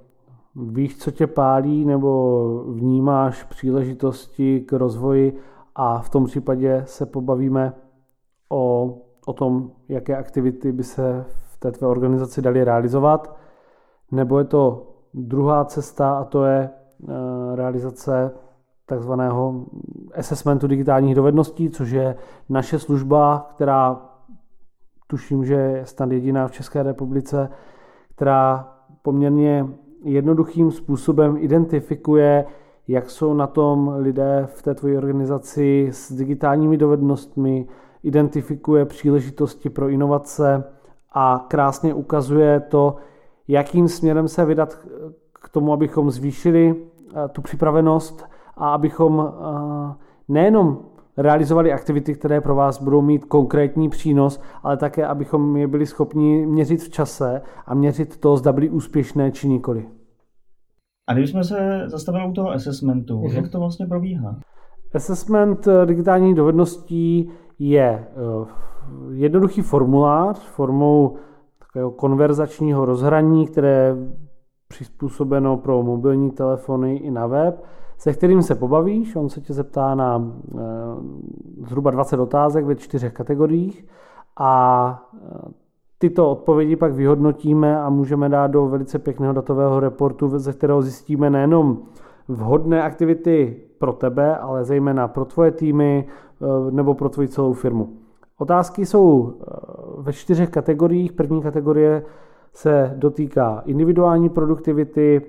víš, co tě pálí, nebo vnímáš příležitosti k rozvoji a v tom případě se pobavíme o, o tom, jaké aktivity by se v té tvé organizaci daly realizovat. Nebo je to druhá cesta a to je realizace takzvaného assessmentu digitálních dovedností, což je naše služba, která tuším, že je snad jediná v České republice, která poměrně jednoduchým způsobem identifikuje, jak jsou na tom lidé v té tvojí organizaci s digitálními dovednostmi, identifikuje příležitosti pro inovace a krásně ukazuje to, jakým směrem se vydat k tomu, abychom zvýšili tu připravenost a abychom nejenom realizovali aktivity, které pro vás budou mít konkrétní přínos, ale také, abychom je byli schopni měřit v čase a měřit to, zda byly úspěšné či nikoli. A když jsme se zastavili u toho assessmentu, uh-huh. jak to vlastně probíhá? Assessment digitálních dovedností je jednoduchý formulář formou takového konverzačního rozhraní, které je přizpůsobeno pro mobilní telefony i na web, se kterým se pobavíš. On se tě zeptá na e, zhruba dvacet otázek ve čtyřech kategoriích a e, tyto odpovědi pak vyhodnotíme a můžeme dát do velice pěkného datového reportu, ze kterého zjistíme nejenom vhodné aktivity pro tebe, ale zejména pro tvoje týmy nebo pro tvoji celou firmu. Otázky jsou ve čtyřech kategoriích. První kategorie se dotýká individuální produktivity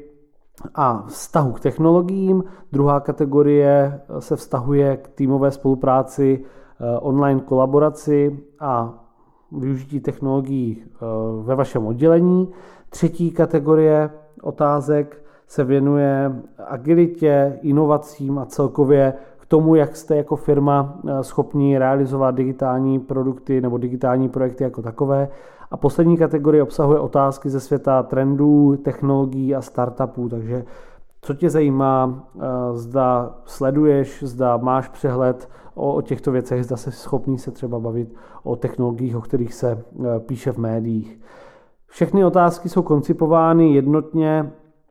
a vztahu k technologiím. Druhá kategorie se vztahuje k týmové spolupráci, online kolaboraci a využití technologií ve vašem oddělení. Třetí kategorie otázek se věnuje agilitě, inovacím a celkově k tomu, jak jste jako firma schopni realizovat digitální produkty nebo digitální projekty jako takové. A poslední kategorie obsahuje otázky ze světa trendů, technologií a startupů. Takže co tě zajímá, zda sleduješ, zda máš přehled o, o těchto věcech, zda jsi schopný se třeba bavit o technologiích, o kterých se píše v médiích. Všechny otázky jsou koncipovány jednotně,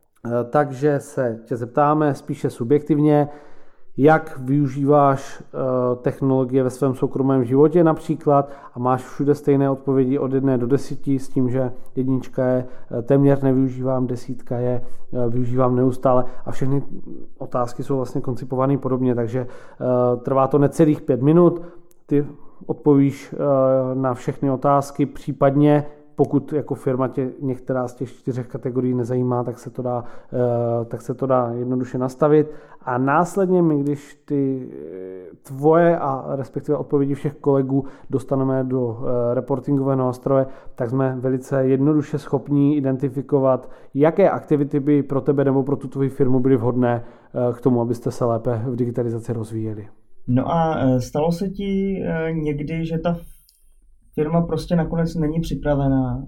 takže se tě zeptáme spíše subjektivně, jak využíváš technologie ve svém soukromém životě například a máš všude stejné odpovědi od jedné do desíti s tím, že jednička je téměř nevyužívám, desítka je využívám neustále a všechny otázky jsou vlastně koncipovány podobně, takže trvá to necelých pět minut, ty odpovíš na všechny otázky, případně pokud jako firma tě některá z těch čtyřech kategorií nezajímá, tak se to dá, tak se to dá jednoduše nastavit. A následně my, když ty tvoje a respektive odpovědi všech kolegů dostaneme do reportingového nástroje, tak jsme velice jednoduše schopní identifikovat, jaké aktivity by pro tebe nebo pro tu tvoji firmu byly vhodné k tomu, abyste se lépe v digitalizaci rozvíjeli. No a stalo se ti někdy, že ta firma prostě nakonec není připravená?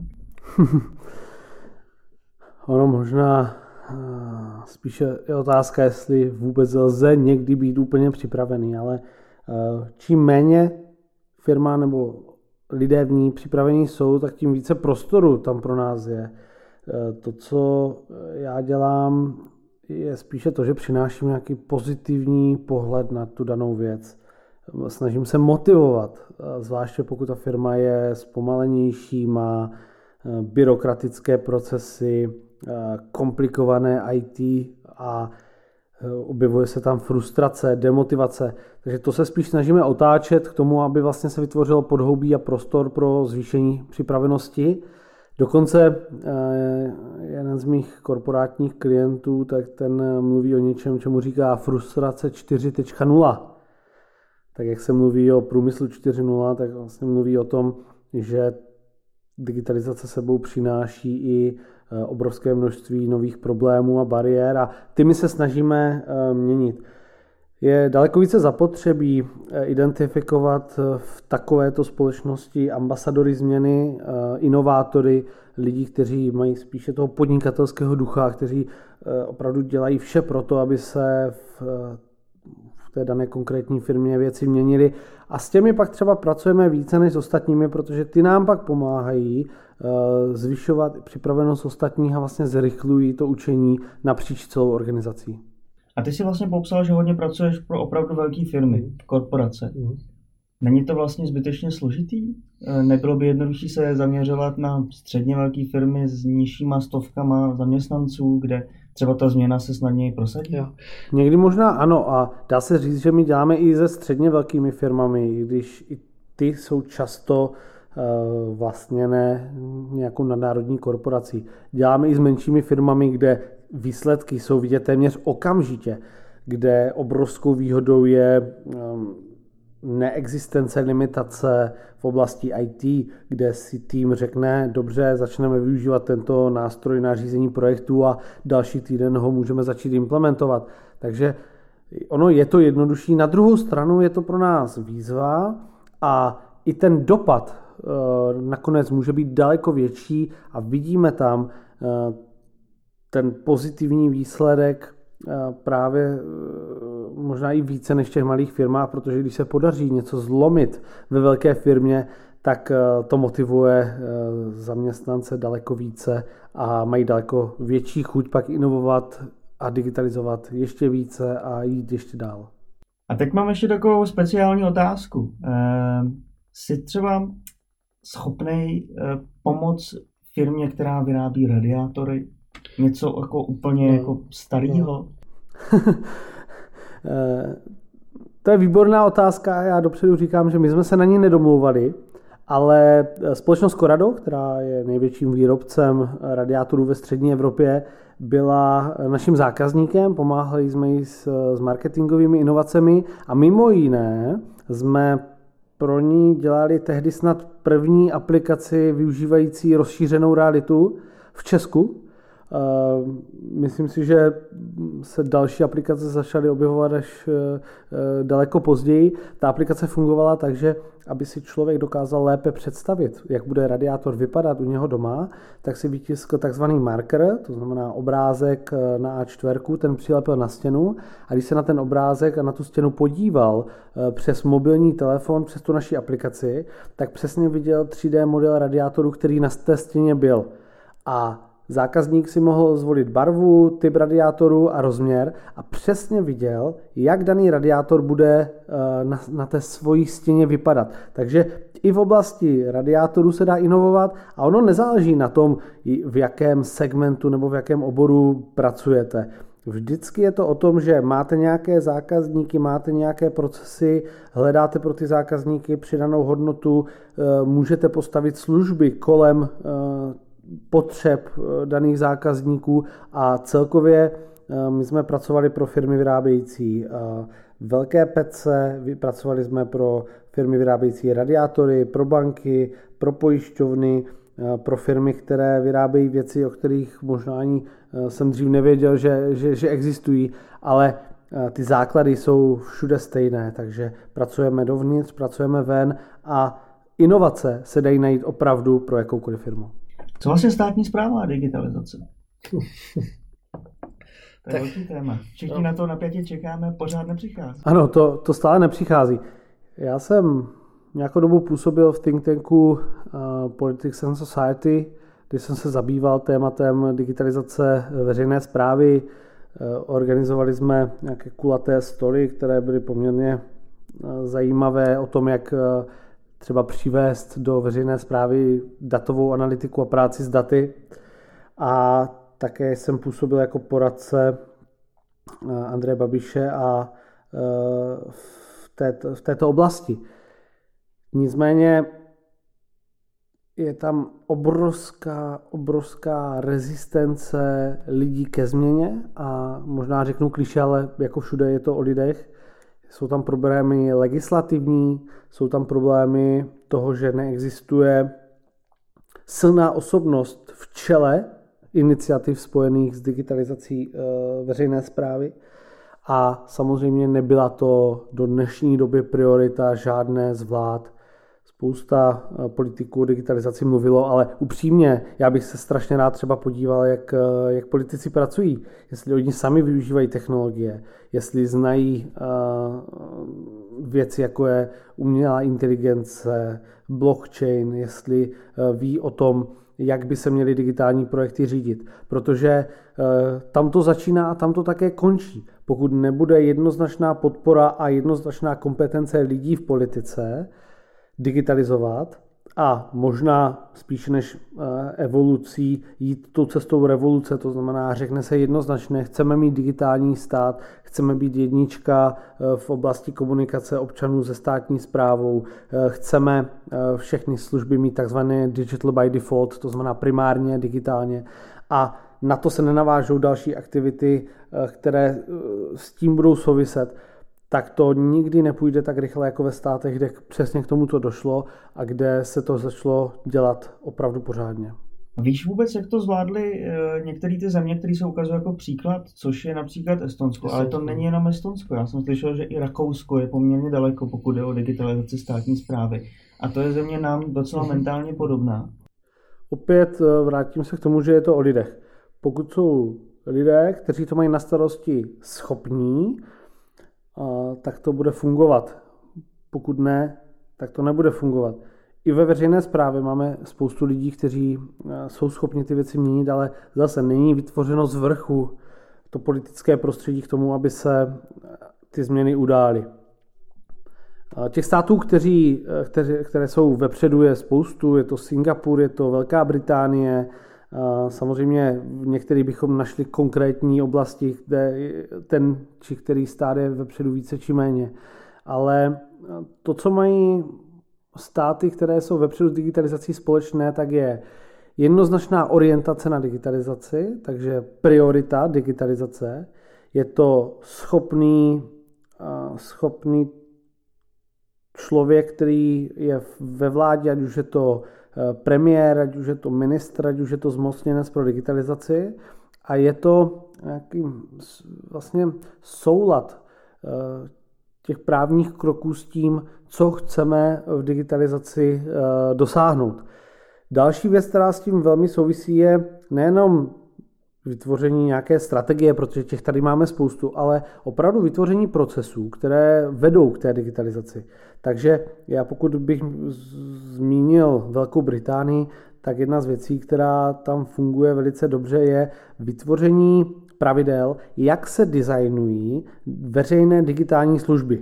Ono možná spíše je otázka, jestli vůbec lze někdy být úplně připravený, ale čím méně firma nebo lidé v ní připravení jsou, tak tím více prostoru tam pro nás je. To, co já dělám, je spíše to, že přináším nějaký pozitivní pohled na tu danou věc. Snažím se motivovat, zvláště pokud ta firma je zpomalenější, má byrokratické procesy, komplikované í té a objevuje se tam frustrace, demotivace. Takže to se spíš snažíme otáčet k tomu, aby vlastně se vytvořilo podhoubí a prostor pro zvýšení připravenosti. Dokonce jeden z mých korporátních klientů, tak ten mluví o něčem, čemu říká frustrace čtyři tečka nula. Tak jak se mluví o průmyslu čtyři tečka nula, tak vlastně mluví o tom, že digitalizace sebou přináší i obrovské množství nových problémů a bariér a ty my se snažíme měnit. Je daleko více zapotřebí identifikovat v takovéto společnosti ambasadory změny, inovátory, lidi, kteří mají spíše toho podnikatelského ducha, kteří opravdu dělají vše pro to, aby se v té dané konkrétní firmě věci měnily. A s těmi pak třeba pracujeme více než s ostatními, protože ty nám pak pomáhají zvyšovat připravenost ostatních a vlastně zrychlují to učení napříč celou organizací. A ty si vlastně popsal, že hodně pracuješ pro opravdu velké firmy, korporace. Mm. Není to vlastně zbytečně složitý? Nebylo by jednodušší se zaměřovat na středně velké firmy s nižšíma stovkama zaměstnanců, kde třeba ta změna se snadněji prosadí? Jo. Někdy možná ano a dá se říct, že my děláme i se středně velkými firmami, když i ty jsou často uh, vlastně ne nějakou nadnárodní korporací. Děláme i s menšími firmami, kde výsledky jsou vidět téměř okamžitě, kde obrovskou výhodou je um, neexistence limitace v oblasti í té, kde si tým řekne, dobře, začneme využívat tento nástroj na řízení projektů a další týden ho můžeme začít implementovat. Takže ono je to jednodušší. Na druhou stranu je to pro nás výzva a i ten dopad e, nakonec může být daleko větší a vidíme tam e, ten pozitivní výsledek právě možná i více než v těch malých firmách, protože když se podaří něco zlomit ve velké firmě, tak to motivuje zaměstnance daleko více a mají daleko větší chuť pak inovovat a digitalizovat ještě více a jít ještě dál. A teď mám ještě takovou speciální otázku. Jsi třeba schopný pomoct firmě, která vyrábí radiátory? Něco jako úplně no, jako starého? No. To je výborná otázka. Já dopředu říkám, že my jsme se na ní nedomlouvali, ale společnost Corrado, která je největším výrobcem radiátorů ve střední Evropě, byla naším zákazníkem, pomáhali jsme jí s, s marketingovými inovacemi a mimo jiné jsme pro ní dělali tehdy snad první aplikaci využívající rozšířenou realitu v Česku. Myslím si, že se další aplikace začaly objevovat až daleko později. Ta aplikace fungovala tak, že aby si člověk dokázal lépe představit, jak bude radiátor vypadat u něho doma, tak si vytiskl takzvaný marker, to znamená obrázek na á čtyři, ten přilepil na stěnu a když se na ten obrázek a na tu stěnu podíval přes mobilní telefon, přes tu naši aplikaci, tak přesně viděl tři dé model radiátoru, který na té stěně byl. A zákazník si mohl zvolit barvu, typ radiátoru a rozměr a přesně viděl, jak daný radiátor bude na, na té svojí stěně vypadat. Takže i v oblasti radiátorů se dá inovovat a ono nezáleží na tom, v jakém segmentu nebo v jakém oboru pracujete. Vždycky je to o tom, že máte nějaké zákazníky, máte nějaké procesy, hledáte pro ty zákazníky přidanou hodnotu, můžete postavit služby kolem potřeb daných zákazníků a celkově my jsme pracovali pro firmy vyrábějící velké pece, pracovali jsme pro firmy vyrábějící radiátory, pro banky, pro pojišťovny, pro firmy, které vyrábějí věci, o kterých možná ani jsem dřív nevěděl, že, že, že existují, ale ty základy jsou všude stejné, takže pracujeme dovnitř, pracujeme ven a inovace se dají najít opravdu pro jakoukoliv firmu. Co vlastně státní správa a digitalizace? To je tak, velký téma. Všichni no. na to napětě čekáme, pořád nepřichází. Ano, to, to stále nepřichází. Já jsem nějakou dobu působil v think tanku uh, Politics and Society, kde jsem se zabýval tématem digitalizace veřejné správy. Uh, organizovali jsme nějaké kulaté stoly, které byly poměrně uh, zajímavé o tom, jak uh, třeba přivést do veřejné správy datovou analytiku a práci s daty. A také jsem působil jako poradce Andreje Babiše a v této, v této oblasti. Nicméně je tam obrovská, obrovská rezistence lidí ke změně a možná řeknu klišé, ale jako všude je to o lidech. Jsou tam problémy legislativní, jsou tam problémy toho, že neexistuje silná osobnost v čele iniciativ spojených s digitalizací veřejné správy a samozřejmě nebyla to do dnešní doby priorita žádné z vlád. Spousta politiků o digitalizaci mluvilo, ale upřímně, já bych se strašně rád třeba podíval, jak, jak politici pracují, jestli oni sami využívají technologie, jestli znají uh, věci, jako je umělá inteligence, blockchain, jestli uh, ví o tom, jak by se měly digitální projekty řídit. Protože uh, tam to začíná a tam to také končí. Pokud nebude jednoznačná podpora a jednoznačná kompetence lidí v politice, digitalizovat a možná spíš než evolucí jít tou cestou revoluce, to znamená, řekne se jednoznačně, chceme mít digitální stát, chceme být jednička v oblasti komunikace občanů se státní správou, chceme všechny služby mít takzvané digital by default, to znamená primárně digitálně a na to se nenavážou další aktivity, které s tím budou souviset. Tak to nikdy nepůjde tak rychle jako ve státech, kde přesně k tomuto došlo a kde se to začalo dělat opravdu pořádně. Víš vůbec, jak to zvládly některé ty země, které se ukazují jako příklad, což je například Estonsko, ale to není jenom Estonsko. Já jsem slyšel, že i Rakousko je poměrně daleko, pokud jde o digitalizaci státní správy. A to je země nám docela mentálně podobná. Opět vrátím se k tomu, že je to o lidech. Pokud jsou lidé, kteří to mají na starosti schopní, tak to bude fungovat. Pokud ne, tak to nebude fungovat. I ve veřejné správě máme spoustu lidí, kteří jsou schopni ty věci měnit, ale zase není vytvořeno z vrchu to politické prostředí k tomu, aby se ty změny udály. Těch států, kteří, které, které jsou vepředu, je spoustu. Je to Singapur, je to Velká Británie. Samozřejmě v některých bychom našli konkrétní oblasti, kde ten či který stát je vepředu více či méně. Ale to, co mají státy, které jsou vepředu s digitalizací společné, tak je jednoznačná orientace na digitalizaci, takže priorita digitalizace. Je to schopný, schopný člověk, který je ve vládě, ať už je to premiér, ať už je to ministr, ať už je to zmocněnec pro digitalizaci. A je to nějaký vlastně soulad těch právních kroků s tím, co chceme v digitalizaci dosáhnout. Další věc, která s tím velmi souvisí, je nejenom vytvoření nějaké strategie, protože těch tady máme spoustu, ale opravdu vytvoření procesů, které vedou k té digitalizaci. Takže já pokud bych zmínil Velkou Británii, tak jedna z věcí, která tam funguje velice dobře, je vytvoření pravidel, jak se designují veřejné digitální služby.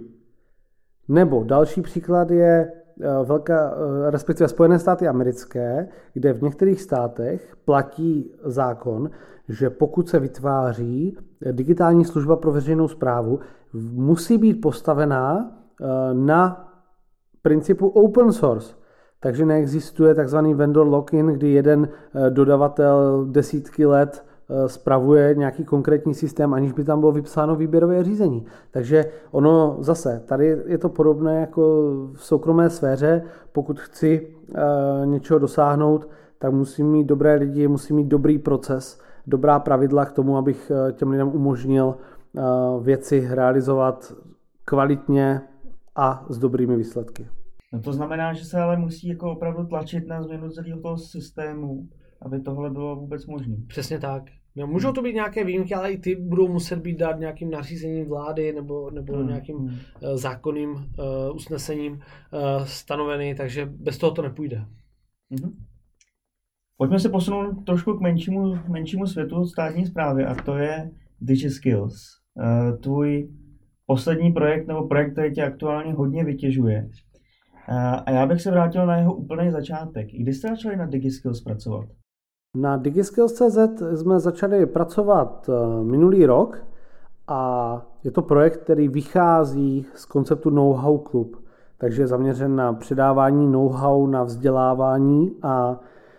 Nebo další příklad je velká, respektive Spojené státy americké, kde v některých státech platí zákon, že pokud se vytváří digitální služba pro veřejnou správu, musí být postavená na principu open source. Takže neexistuje takzvaný vendor lock-in, kdy jeden dodavatel desítky let spravuje nějaký konkrétní systém, aniž by tam bylo vypsáno výběrové řízení. Takže ono zase, tady je to podobné jako v soukromé sféře. Pokud chci něčeho dosáhnout, tak musím mít dobré lidi, musím mít dobrý proces, dobrá pravidla k tomu, abych těm lidem umožnil věci realizovat kvalitně a s dobrými výsledky. No to znamená, že se ale musí jako opravdu tlačit na změnu celého toho systému, aby tohle bylo vůbec možné. Přesně tak. No, můžou to být nějaké výjimky, ale i ty budou muset být dát nějakým nařízením vlády nebo, nebo hmm. nějakým hmm. zákonným uh, usnesením uh, stanoveny, takže bez toho to nepůjde. Hmm. Pojďme se posunout trošku k menšímu, menšímu světu státní správy, a to je DigiSkills. Uh, tvůj poslední projekt nebo projekt, který tě aktuálně hodně vytěžuje. Uh, a já bych se vrátil na jeho úplný začátek. Kdy jste začali na DigiSkills pracovat? Na DigiSkills tečka cé zet jsme začali pracovat minulý rok a je to projekt, který vychází z konceptu Know-how Club, takže je zaměřen na předávání know-how, na vzdělávání a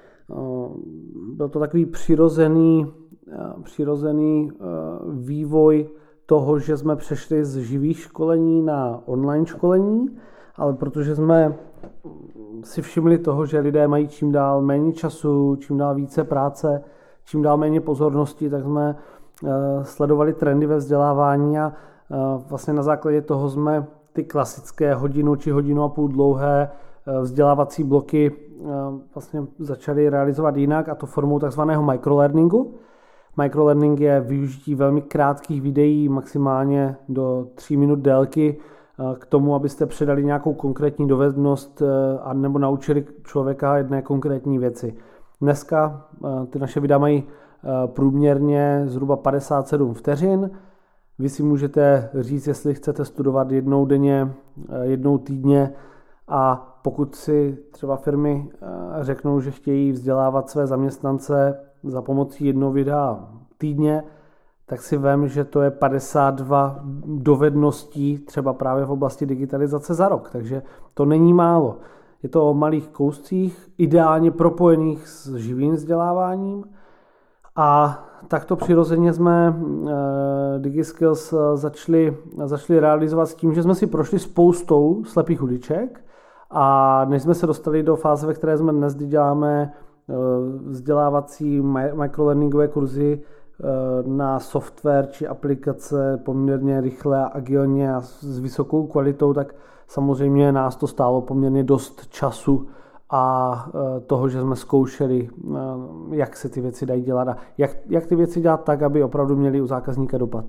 byl to takový přirozený, přirozený vývoj toho, že jsme přešli z živých školení na online školení, ale protože jsme si všimli toho, že lidé mají čím dál méně času, čím dál více práce, čím dál méně pozornosti, tak jsme sledovali trendy ve vzdělávání a vlastně na základě toho jsme ty klasické hodinu či hodinu a půl dlouhé vzdělávací bloky vlastně začali realizovat jinak, a to formou takzvaného microlearningu. Microlearning je využití velmi krátkých videí, maximálně do tří minut délky, k tomu, abyste předali nějakou konkrétní dovednost a nebo naučili člověka jedné konkrétní věci. Dneska ty naše videa mají průměrně zhruba padesát sedm vteřin. Vy si můžete říct, jestli chcete studovat jednou denně, jednou týdně, a pokud si třeba firmy řeknou, že chtějí vzdělávat své zaměstnance za pomocí jednoho videa týdně, tak si vem, že to je padesát dva dovedností třeba právě v oblasti digitalizace za rok. Takže to není málo. Je to o malých kouscích, ideálně propojených s živým vzděláváním. A takto přirozeně jsme DigiSkills začali, začali realizovat s tím, že jsme si prošli spoustou slepých uliček, a než jsme se dostali do fáze, ve které jsme dnes děláme vzdělávací microlearningové kurzy na software či aplikace poměrně rychle a agilně a s vysokou kvalitou, tak samozřejmě nás to stálo poměrně dost času a toho, že jsme zkoušeli, jak se ty věci dají dělat a jak, jak ty věci dělat tak, aby opravdu měly u zákazníka dopad.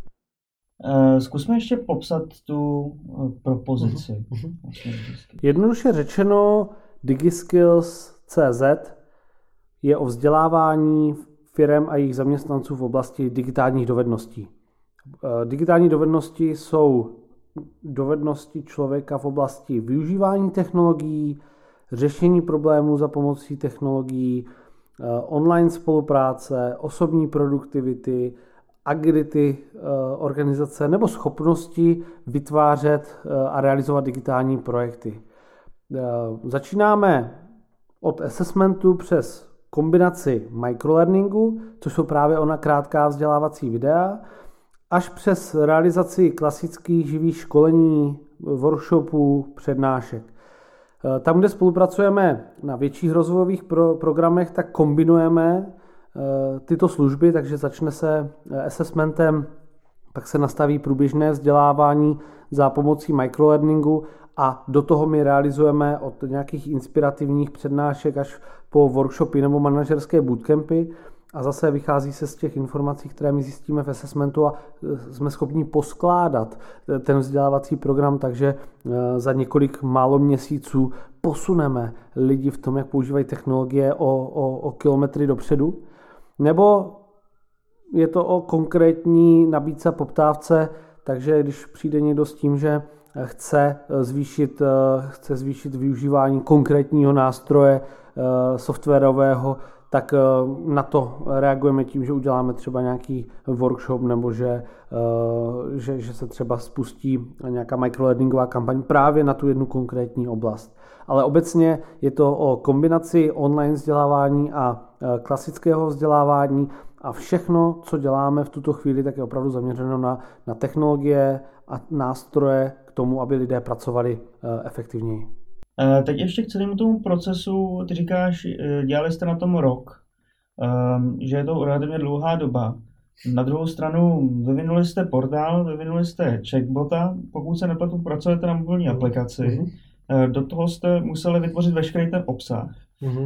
Zkusme ještě popsat tu propozici. Uh-huh. Jednoduše řečeno, DigiSkills tečka cé zet je o vzdělávání firem a jejich zaměstnanců v oblasti digitálních dovedností. Digitální dovednosti jsou dovednosti člověka v oblasti využívání technologií, řešení problémů za pomocí technologií, online spolupráce, osobní produktivity, agility organizace nebo schopnosti vytvářet a realizovat digitální projekty. Začínáme od assessmentu přes kombinaci microlearningu, což jsou právě ona krátká vzdělávací videa, až přes realizaci klasických živých školení, workshopů, přednášek. Tam, kde spolupracujeme na větších rozvojových pro, programech, tak kombinujeme tyto služby, takže začne se assessmentem, pak se nastaví průběžné vzdělávání za pomocí microlearningu a do toho my realizujeme od nějakých inspirativních přednášek až po workshopy nebo manažerské bootcampy a zase vychází se z těch informací, které my zjistíme v assessmentu a jsme schopni poskládat ten vzdělávací program, takže za několik málo měsíců posuneme lidi v tom, jak používají technologie o, o, o kilometry dopředu. Nebo je to o konkrétní nabídce a poptávce, takže když přijde někdo s tím, že chce zvýšit, chce zvýšit využívání konkrétního nástroje softwarového, tak na to reagujeme tím, že uděláme třeba nějaký workshop nebo že, že, že se třeba spustí nějaká microlearningová kampaň právě na tu jednu konkrétní oblast. Ale obecně je to o kombinaci online vzdělávání a klasického vzdělávání a všechno, co děláme v tuto chvíli, tak je opravdu zaměřeno na, na technologie a nástroje k tomu, aby lidé pracovali efektivněji. Teď ještě k celému tomu procesu, ty říkáš, dělali jste na tom rok, že je to relativně dlouhá doba. Na druhou stranu vyvinuli jste portál, vyvinuli jste chatbota, pokud se nepletu, pracujete na mobilní aplikaci, mm-hmm. do toho jste museli vytvořit veškerý ten obsah. Mm-hmm.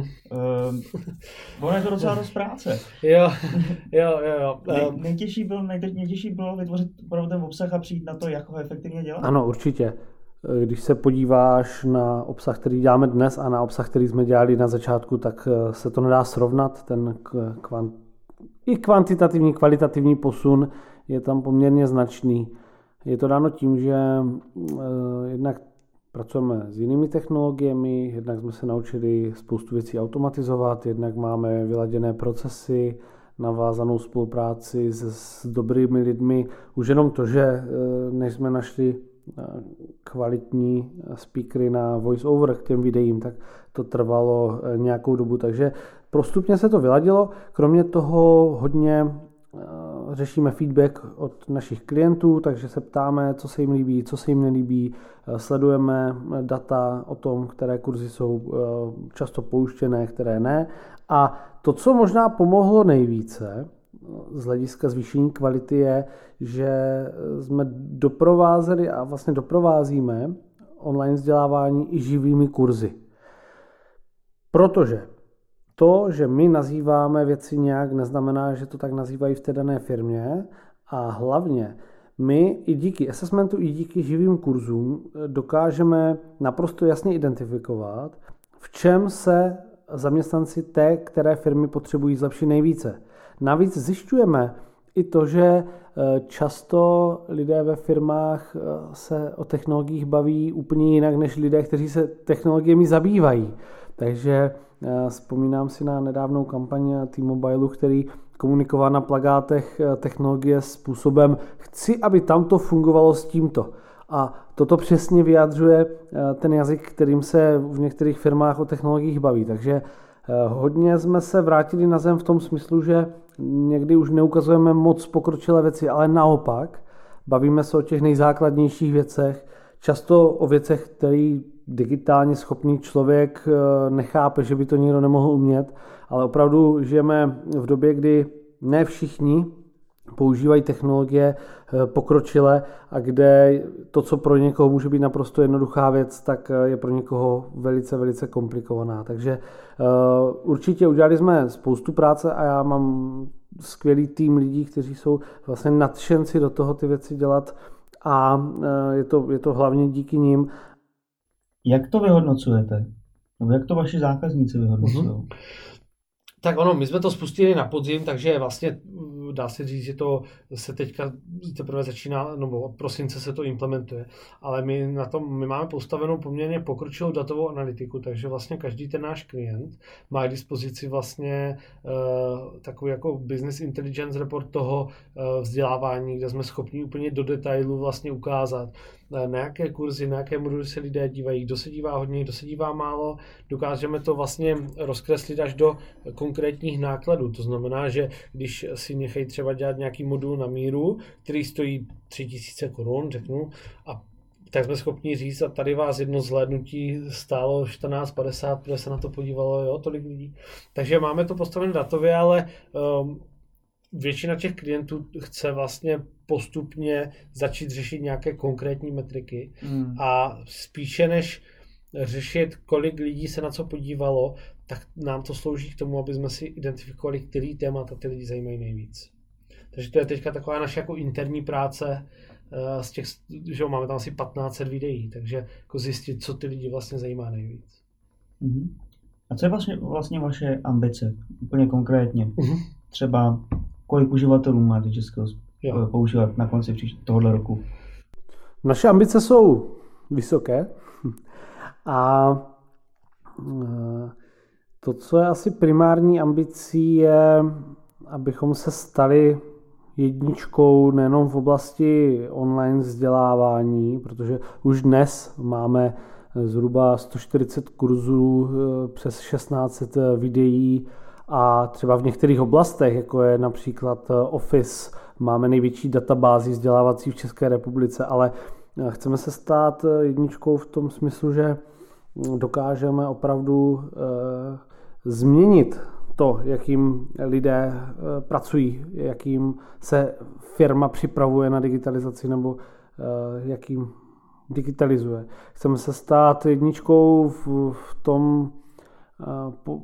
Uh, ono je to docela dost práce. Jo, jo, jo. jo. Nej, nejtěžší, bylo, nejtěžší bylo vytvořit opravdu ten obsah a přijít na to, jak ho efektivně dělat? Ano, určitě. Když se podíváš na obsah, který děláme dnes a na obsah, který jsme dělali na začátku, tak se to nedá srovnat. Ten kvant, i kvantitativní, kvalitativní posun je tam poměrně značný. Je to dáno tím, že jednak pracujeme s jinými technologiemi, jednak jsme se naučili spoustu věcí automatizovat, jednak máme vyladěné procesy, navázanou spolupráci s, s dobrými lidmi. Už jenom to, že než jsme našli kvalitní speakery na voice over k těm videím, tak to trvalo nějakou dobu, takže postupně se to vyladilo. Kromě toho hodně řešíme feedback od našich klientů, takže se ptáme, co se jim líbí, co se jim nelíbí, sledujeme data o tom, které kurzy jsou často pouštěné, které ne. A to, co možná pomohlo nejvíce z hlediska zvýšení kvality, je, že jsme doprovázeli a vlastně doprovázíme online vzdělávání i živými kurzy. Protože to, že my nazýváme věci nějak, neznamená, že to tak nazývají v té dané firmě a hlavně my i díky assessmentu, i díky živým kurzům dokážeme naprosto jasně identifikovat, v čem se zaměstnanci té, které firmy potřebují zlepšit nejvíce. Navíc zjišťujeme i to, že často lidé ve firmách se o technologiích baví úplně jinak než lidé, kteří se technologiemi zabývají. Takže vzpomínám si na nedávnou kampaň T-Mobile, který komunikoval na plakátech technologie způsobem chci, aby tam to fungovalo s tímto. A toto přesně vyjadřuje ten jazyk, kterým se v některých firmách o technologiích baví. Takže hodně jsme se vrátili na zem v tom smyslu, že někdy už neukazujeme moc pokročilé věci, ale naopak bavíme se o těch nejzákladnějších věcech, často o věcech, které digitálně schopný člověk nechápe, že by to nikdo nemohl umět, ale opravdu žijeme v době, kdy ne všichni používají technologie pokročile a kde to, co pro někoho může být naprosto jednoduchá věc, tak je pro někoho velice, velice komplikovaná. Takže určitě udělali jsme spoustu práce a já mám skvělý tým lidí, kteří jsou vlastně nadšenci do toho ty věci dělat a je to, je to hlavně díky nim. Jak to vyhodnocujete? Nebo jak to vaši zákazníci vyhodnocují? Mm-hmm. Tak ono, my jsme to spustili na podzim, takže vlastně dá se říct, že to se teďka teprve začíná, nebo od prosince se to implementuje, ale my na tom, my máme postavenou poměrně pokročilou datovou analytiku, takže vlastně každý ten náš klient má k dispozici vlastně uh, takový jako business intelligence report toho uh, vzdělávání, kde jsme schopni úplně do detailu vlastně ukázat, na jaké kurzy, na jaké moduly se lidé dívají, kdo se dívá hodně, kdo se dívá málo. Dokážeme to vlastně rozkreslit až do konkrétních nákladů. To znamená, že když si nechají třeba dělat nějaký modul na míru, který stojí tři tisíce korun, řeknu, a tak jsme schopni říct, a tady vás jedno zhlédnutí stálo čtrnáct padesát, protože se na to podívalo jo, tolik lidí. Takže máme to postavené datově, ale um, většina těch klientů chce vlastně postupně začít řešit nějaké konkrétní metriky hmm. a spíše než řešit, kolik lidí se na co podívalo, tak nám to slouží k tomu, aby jsme si identifikovali, který témata ty lidi zajímají nejvíc. Takže to je teďka taková naše jako interní práce z těch, že máme tam asi patnáct set videí, takže jako zjistit, co ty lidi vlastně zajímá nejvíc. Hmm. A co je vlastně, vlastně vaše ambice? Úplně konkrétně. Hmm. Třeba kolik uživatelů máte Českého používat na konci tohoto roku? Naše ambice jsou vysoké a to, co je asi primární ambicí, je, abychom se stali jedničkou nejenom v oblasti online vzdělávání, protože už dnes máme zhruba sto čtyřicet kurzů, přes šestnáct set videí, a třeba v některých oblastech, jako je například Office, máme největší databázi vzdělávací v České republice, ale chceme se stát jedničkou v tom smyslu, že dokážeme opravdu eh, změnit to, jakým lidé eh, pracují, jakým se firma připravuje na digitalizaci nebo eh, jakým digitalizuje. Chceme se stát jedničkou v, v tom, eh, po,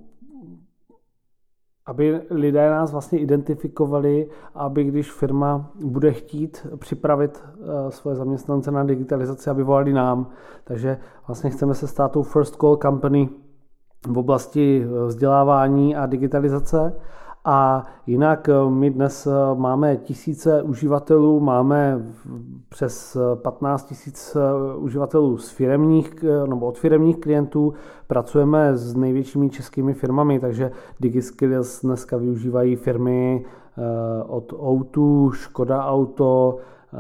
aby lidé nás vlastně identifikovali, aby když firma bude chtít připravit svoje zaměstnance na digitalizaci, aby volali nám. Takže vlastně chceme se stát tou first call company v oblasti vzdělávání a digitalizace. A jinak my dnes máme tisíce uživatelů, máme přes patnáct tisíc uživatelů z firemních, nebo od firemních klientů, pracujeme s největšími českými firmami, takže DigiSkills dneska využívají firmy od O dva, Škoda Auto,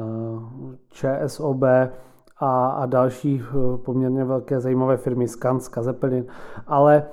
ČSOB a, a další poměrně velké zajímavé firmy, Skanska, Zeppelin, ale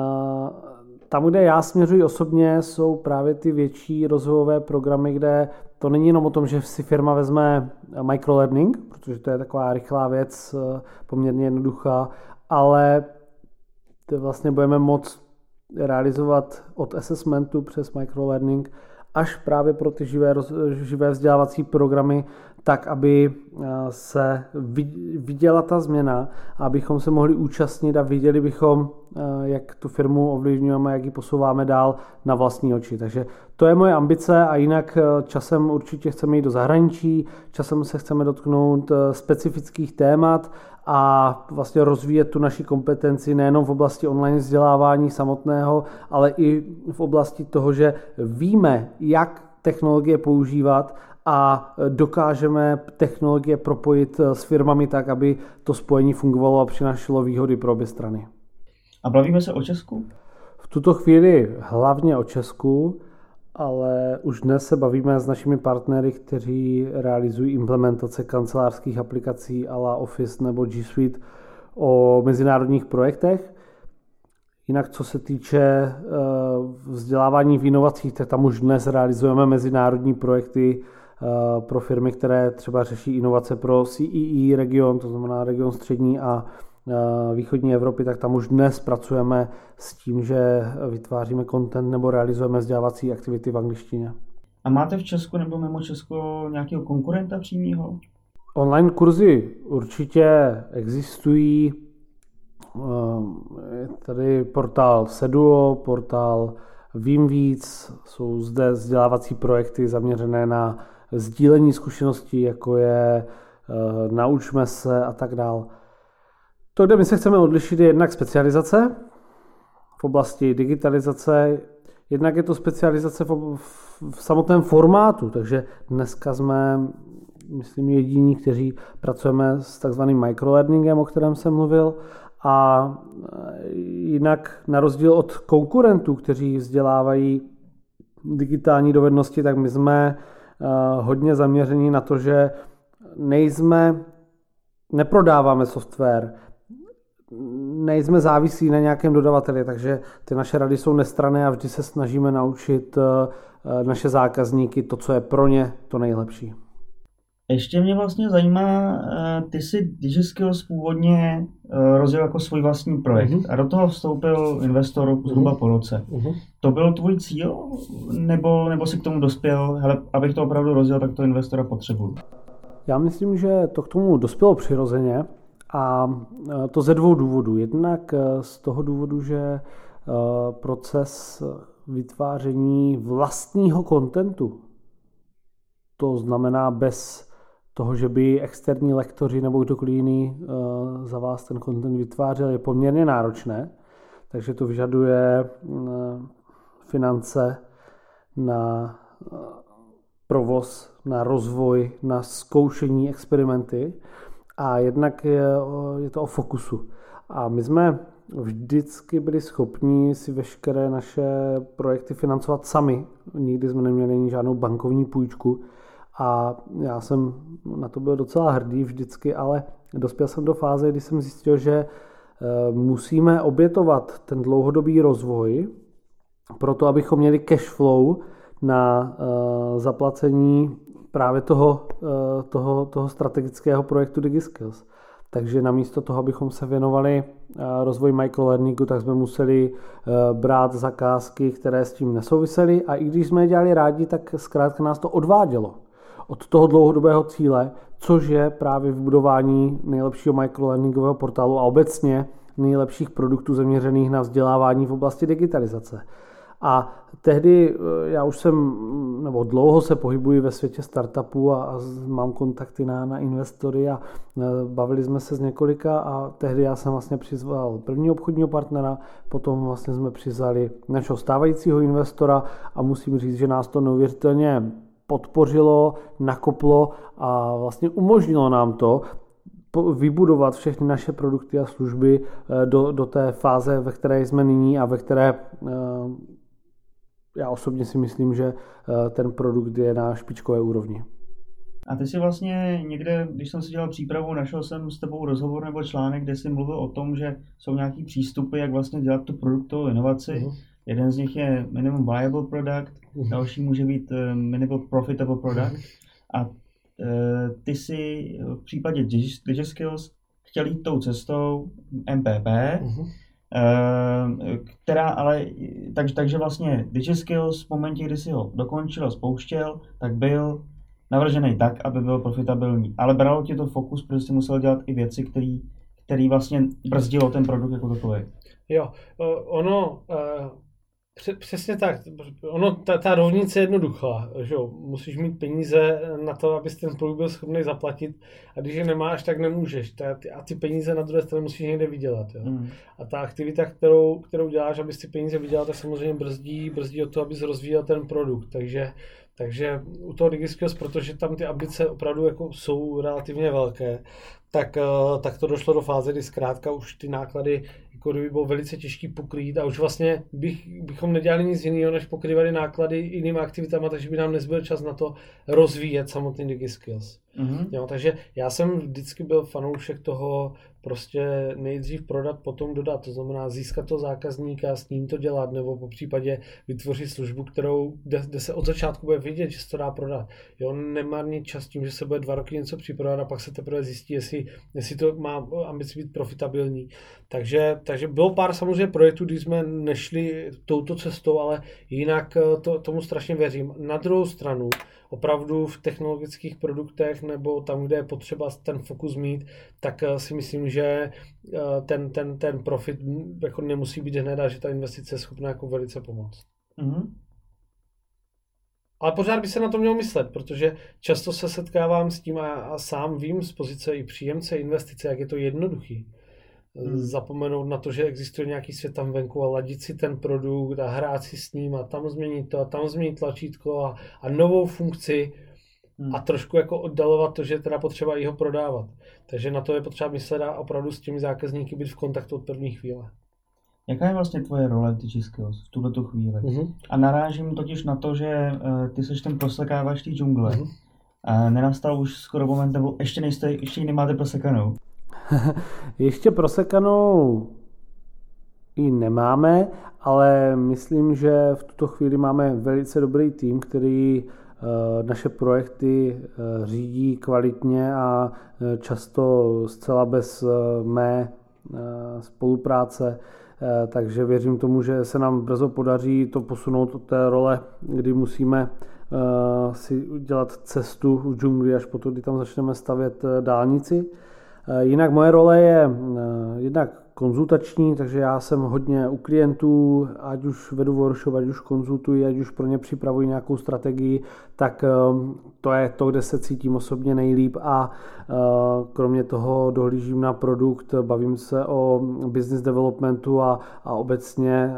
tam, kde já směřuji osobně, jsou právě ty větší rozvojové programy, kde to není jenom o tom, že si firma vezme microlearning, protože to je taková rychlá věc, poměrně jednoduchá, ale to vlastně budeme moct realizovat od assessmentu přes microlearning až právě pro ty živé, živé vzdělávací programy, tak, aby se viděla ta změna a abychom se mohli účastnit a viděli bychom, jak tu firmu ovlivňujeme, jak ji posouváme dál na vlastní oči. Takže to je moje ambice a jinak časem určitě chceme jít do zahraničí, časem se chceme dotknout specifických témat a vlastně rozvíjet tu naši kompetenci nejenom v oblasti online vzdělávání samotného, ale i v oblasti toho, že víme, jak technologie používat a dokážeme technologie propojit s firmami tak, aby to spojení fungovalo a přinášelo výhody pro obě strany. A bavíme se o Česku? V tuto chvíli hlavně o Česku, ale už dnes se bavíme s našimi partnery, kteří realizují implementace kancelářských aplikací a la Office nebo G Suite o mezinárodních projektech. Jinak co se týče vzdělávání v inovacích, tak tam už dnes realizujeme mezinárodní projekty pro firmy, které třeba řeší inovace pro C E E region, to znamená region střední a východní Evropy, tak tam už dnes pracujeme s tím, že vytváříme content nebo realizujeme vzdělávací aktivity v angličtině. A máte v Česku nebo mimo Česko nějakého konkurenta přímého? Online kurzy určitě existují. Je tady portál Seduo, portál Vím víc, jsou zde vzdělávací projekty zaměřené na sdílení zkušeností, jako je Naučme se a tak dále. To, kde my se chceme odlišit, je jednak specializace v oblasti digitalizace, jednak je to specializace v, v samotném formátu, takže dneska jsme, myslím, jediní, kteří pracujeme s takzvaným microlearningem, o kterém jsem mluvil, a jinak na rozdíl od konkurentů, kteří vzdělávají digitální dovednosti, tak my jsme hodně zaměření na to, že nejsme, neprodáváme software, nejsme závislí na nějakém dodavateli, takže ty naše rady jsou nestranné a vždy se snažíme naučit naše zákazníky to, co je pro ně to nejlepší. Ještě mě vlastně zajímá, ty jsi DigiSkills původně rozjel jako svůj vlastní projekt uh-huh. a do toho vstoupil investor zhruba uh-huh. po roce. Uh-huh. To byl tvůj cíl, nebo, nebo si k tomu dospěl, hele, abych to opravdu rozjel, tak to investora potřebuju? Já myslím, že to k tomu dospělo přirozeně a to ze dvou důvodů. Jednak z toho důvodu, že proces vytváření vlastního kontentu, to znamená bez toho, že by externí lektoři nebo kdokoliv jiný za vás ten content vytvářel, je poměrně náročné, takže to vyžaduje finance na provoz, na rozvoj, na zkoušení, experimenty a jednak je, je to o fokusu. A my jsme vždycky byli schopni si veškeré naše projekty financovat sami. Nikdy jsme neměli žádnou bankovní půjčku a já jsem na to byl docela hrdý vždycky, ale dospěl jsem do fáze, kdy jsem zjistil, že musíme obětovat ten dlouhodobý rozvoj proto, abychom měli cash flow na zaplacení právě toho, toho, toho strategického projektu DigiSkills. Takže namísto toho, abychom se věnovali rozvoji microlearningu, tak jsme museli brát zakázky, které s tím nesouvisely a i když jsme je dělali rádi, tak zkrátka nás to odvádělo od toho dlouhodobého cíle, což je právě vybudování nejlepšího microlearningového portálu a obecně nejlepších produktů zaměřených na vzdělávání v oblasti digitalizace. A tehdy já už jsem, nebo dlouho se pohybuji ve světě startupů a, a mám kontakty na, na investory a bavili jsme se s několika a tehdy já jsem vlastně přizval prvního obchodního partnera, potom vlastně jsme přizvali našeho stávajícího investora a musím říct, že nás to neuvěřitelně podpořilo, nakoplo a vlastně umožnilo nám to vybudovat všechny naše produkty a služby do, do té fáze, ve které jsme nyní a ve které já osobně si myslím, že ten produkt je na špičkové úrovni. A ty si vlastně někde, když jsem si dělal přípravu, našel jsem s tebou rozhovor nebo článek, kde jsi mluvil o tom, že jsou nějaký přístupy, jak vlastně dělat tu produktovou inovaci. Uh-huh. Jeden z nich je minimum viable product, uh-huh. další může být minimum profitable product. Uh-huh. A e, ty si v případě DigiSkills chtěl jít tou cestou M P P, uh-huh. e, která ale, tak, takže vlastně DigiSkills v momentě, kdy si ho dokončil a spouštěl, tak byl navržený tak, aby byl profitabilní. Ale bralo ti to fokus, protože jsi musel dělat i věci, který, který vlastně brzdilo ten produkt jako takový. Jo, ono, přesně tak, ono, ta, ta rovnice je jednoduchá, že jo, musíš mít peníze na to, abys ten produkt byl schopný zaplatit a když je nemáš, tak nemůžeš a ty peníze na druhé straně musíš někde vydělat, jo. Mm. A ta aktivita, kterou, kterou děláš, abys ty peníze vydělal, tak samozřejmě brzdí, brzdí o to, abys rozvíjel ten produkt, takže Takže u toho DigiSkills, protože tam ty ambice opravdu jako jsou relativně velké, tak, tak to došlo do fáze, kdy zkrátka už ty náklady jako by bylo velice těžký pokrýt a už vlastně bych, bychom nedělali nic jiného, než pokrývali náklady jinými aktivitami, takže by nám nezbyl čas na to rozvíjet samotný DigiSkills. Mm-hmm. Jo, takže já jsem vždycky byl fanoušek toho prostě nejdřív prodat, potom dodat, to znamená získat toho zákazníka, s ním to dělat, nebo po případě vytvořit službu, kterou, kde, kde se od začátku bude vidět, že se to dá prodat. Jo, nemarnit čas tím, že se bude dva roky něco připravovat a pak se teprve zjistí, jestli, jestli to má ambici být profitabilní. Takže, takže bylo pár samozřejmě projektů, kdy jsme nešli touto cestou, ale jinak to, tomu strašně věřím. Na druhou stranu, opravdu v technologických produktech nebo tam, kde je potřeba ten fokus mít, tak si myslím, že ten, ten, ten profit jako nemusí být hned a že ta investice je schopná jako velice pomoct. Mm-hmm. Ale pořád by se na to mělo myslet, protože často se setkávám s tím a, a sám vím z pozice i příjemce investice, jak je to jednoduchý. Hmm. Zapomenout na to, že existuje nějaký svět tam venku a ladit si ten produkt a hrát si s ním a tam změnit to a tam změnit tlačítko a, a novou funkci hmm. a trošku jako oddalovat to, že teda potřeba i ho prodávat. Takže na to je potřeba myslet a opravdu s těmi zákazníky být v kontaktu od první chvíle. Jaká je vlastně tvoje role v DigiSkills v tuto chvíli? Mm-hmm. A narážím totiž na to, že uh, ty seš ten prosekávač té džungle. Mm-hmm. A nenastal už skoro moment, nebo ještě nejste, ještě ji nemáte prosekanou? Ještě prosekanou ji nemáme, ale myslím, že v tuto chvíli máme velice dobrý tým, který uh, naše projekty uh, řídí kvalitně a uh, často zcela bez uh, mé uh, spolupráce. Takže věřím tomu, že se nám brzo podaří to posunout od té role, kdy musíme si udělat cestu v džungli, až potom, kdy tam začneme stavět dálnici. Jinak moje role je jednak konzultační, takže já jsem hodně u klientů, ať už vedu workshop, ať už konzultuji, ať už pro ně připravuji nějakou strategii, tak to je to, kde se cítím osobně nejlíp a kromě toho dohlížím na produkt, bavím se o business developmentu a, a obecně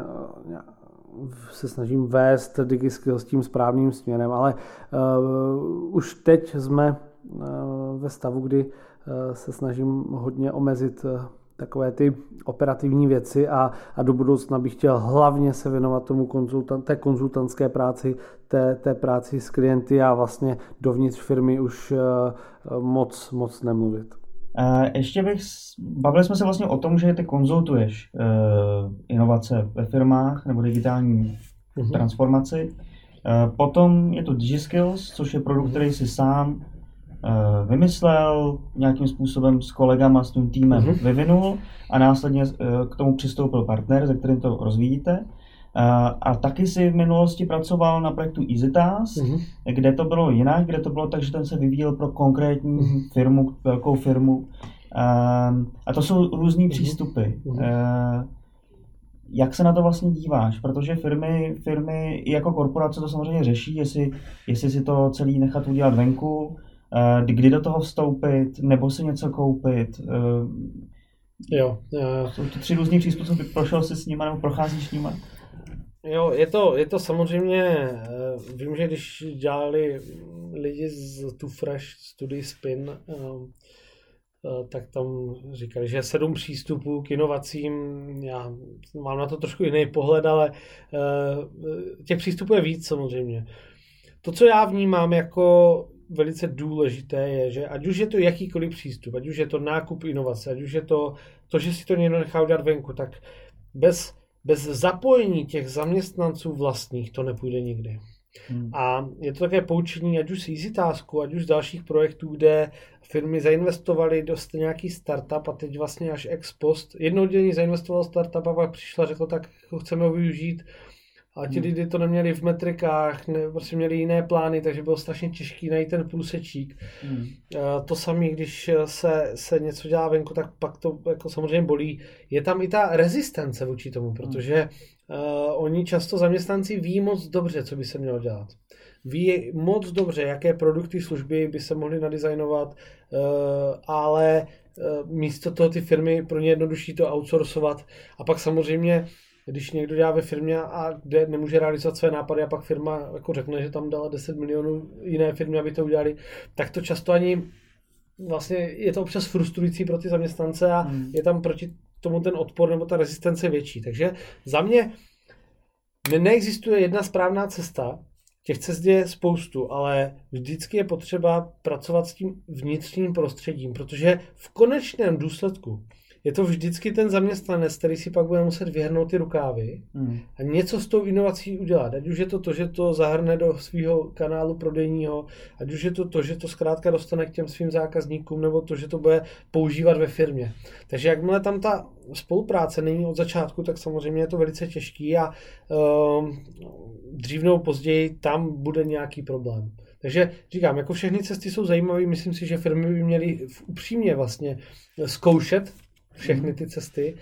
se snažím vést DigiSkills tím správným směrem, ale uh, už teď jsme uh, ve stavu, kdy uh, se snažím hodně omezit uh, takové ty operativní věci a, a do budoucna bych chtěl hlavně se věnovat tomu konzultant, té konzultantské práci, té, té práci s klienty a vlastně dovnitř firmy už uh, moc, moc nemluvit. Uh, ještě bych, bavili jsme se vlastně o tom, že ty konzultuješ uh, inovace ve firmách nebo digitální uh-huh. transformaci. Uh, potom je to DigiSkills, což je produkt, uh-huh. který si sám uh, vymyslel, nějakým způsobem s kolegama, s tím týmem uh-huh. vyvinul a následně uh, k tomu přistoupil partner, se kterým to rozvíjíte. Uh, a taky si v minulosti pracoval na projektu EasyTask, uh-huh. kde to bylo jinak, kde to bylo tak, že ten se vyvíjel pro konkrétní uh-huh. firmu, velkou firmu. Uh, a to jsou různý uh-huh. přístupy. Uh-huh. Uh, jak se na to vlastně díváš? Protože firmy, firmy i jako korporace to samozřejmě řeší, jestli, jestli si to celý nechat udělat venku, uh, kdy do toho vstoupit, nebo si něco koupit. Uh, jo, jo, jo. Jsou to tři různý přístupy, prošel jsi s nima nebo procházíš s nima? Jo, je to, je to samozřejmě, vím, že když dělali lidi z Too Fresh Study Spin, tak tam říkali, že sedm přístupů k inovacím, já mám na to trošku jiný pohled, ale těch přístupů je víc samozřejmě. To, co já vnímám jako velice důležité, je, že ať už je to jakýkoliv přístup, ať už je to nákup inovace, ať už je to to, že si to někdo nechá udělat venku, tak bez Bez zapojení těch zaměstnanců vlastních to nepůjde nikdy. Hmm. A je to také poučení, ať už z EasyTasku, ať už z dalších projektů, kde firmy zainvestovaly do nějaký startup a teď vlastně až ex post. Jedno oddělení zainvestovalo startup a pak přišla, řekl, tak chceme ho využít. A ti hmm. lidi to neměli v metrikách, ne, prostě měli jiné plány, takže bylo strašně těžký najít ten průsečík. Hmm. To samé, když se, se něco dělá venku, tak pak to jako samozřejmě bolí. Je tam i ta rezistence vůči tomu, protože hmm. uh, oni často zaměstnanci ví moc dobře, co by se mělo dělat. Ví moc dobře, jaké produkty, služby by se mohly nadizajnovat, uh, ale uh, místo toho ty firmy pro ně jednodušší to outsourcovat. A pak samozřejmě když někdo dělá ve firmě a kde nemůže realizovat své nápady a pak firma jako řekne, že tam dala deset milionů jiné firmy, aby to udělali, tak to často ani vlastně je to občas frustrující pro ty zaměstnance a hmm. je tam proti tomu ten odpor nebo ta rezistence větší. Takže za mě neexistuje jedna správná cesta, těch cest je spoustu, ale vždycky je potřeba pracovat s tím vnitřním prostředím, protože v konečném důsledku je to vždycky ten zaměstnanec, který si pak bude muset vyhrnout ty rukávy hmm. a něco s tou inovací udělat. Ať už je to to, že to zahrne do svého kanálu prodejního, ať už je to to, že to zkrátka dostane k těm svým zákazníkům, nebo to, že to bude používat ve firmě. Takže jakmile tam ta spolupráce není od začátku, tak samozřejmě je to velice těžký a uh, dřív nebo později tam bude nějaký problém. Takže říkám, jako všechny cesty jsou zajímavé, myslím si, že firmy by měly upřímně vlastně zkoušet všechny ty cesty,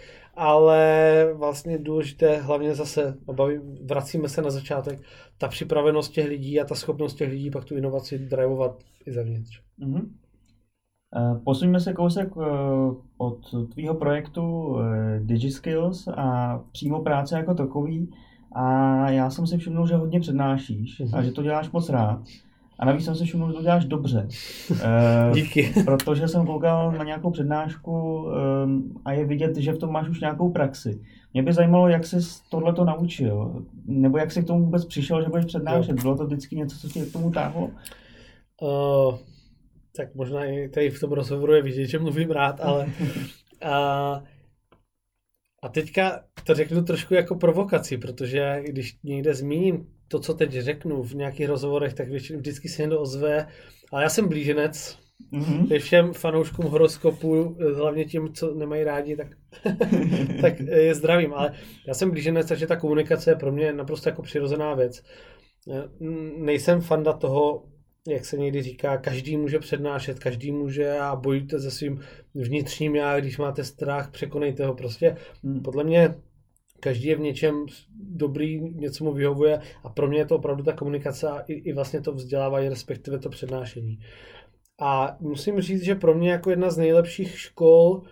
ale vlastně důležité hlavně zase, vracíme se na začátek, ta připravenost těch lidí a ta schopnost těch lidí pak tu inovaci drivovat i zevnitř. Mm-hmm. Posuňme se kousek od tvýho projektu DigiSkills a přímo práce jako takový. A já jsem si všimnul, že hodně přednášíš mm-hmm. a že to děláš moc rád. A navíc jsem si všiml, že to děláš dobře. Díky. E, protože jsem koukal na nějakou přednášku e, a je vidět, že v tom máš už nějakou praxi. Mě by zajímalo, jak jsi tohleto naučil, nebo jak jsi k tomu vůbec přišel, že budeš přednášet. Bylo to vždycky něco, co tě k tomu táhlo? Uh, tak možná i tady v tom rozhovoru je vidět, že mluvím rád, ale... Uh, a teďka to řeknu trošku jako provokaci, protože když někde zmíním to, co teď řeknu v nějakých rozhovorech, tak vždycky se někdo ozve. Ale já jsem blíženec, mm-hmm. všem fanouškům horoskopu, hlavně tím, co nemají rádi, tak, tak je zdravím. Ale já jsem blíženec, takže ta komunikace je pro mě naprosto jako přirozená věc. Nejsem fanda toho, jak se někdy říká, každý může přednášet, každý může a bojujte se svým vnitřním já, když máte strach, překonejte ho. Prostě hmm. podle mě každý je v něčem dobrý, něco mu vyhovuje a pro mě je to opravdu ta komunikace a i, i vlastně to vzdělávání, respektive to přednášení. A musím říct, že pro mě jako jedna z nejlepších škol,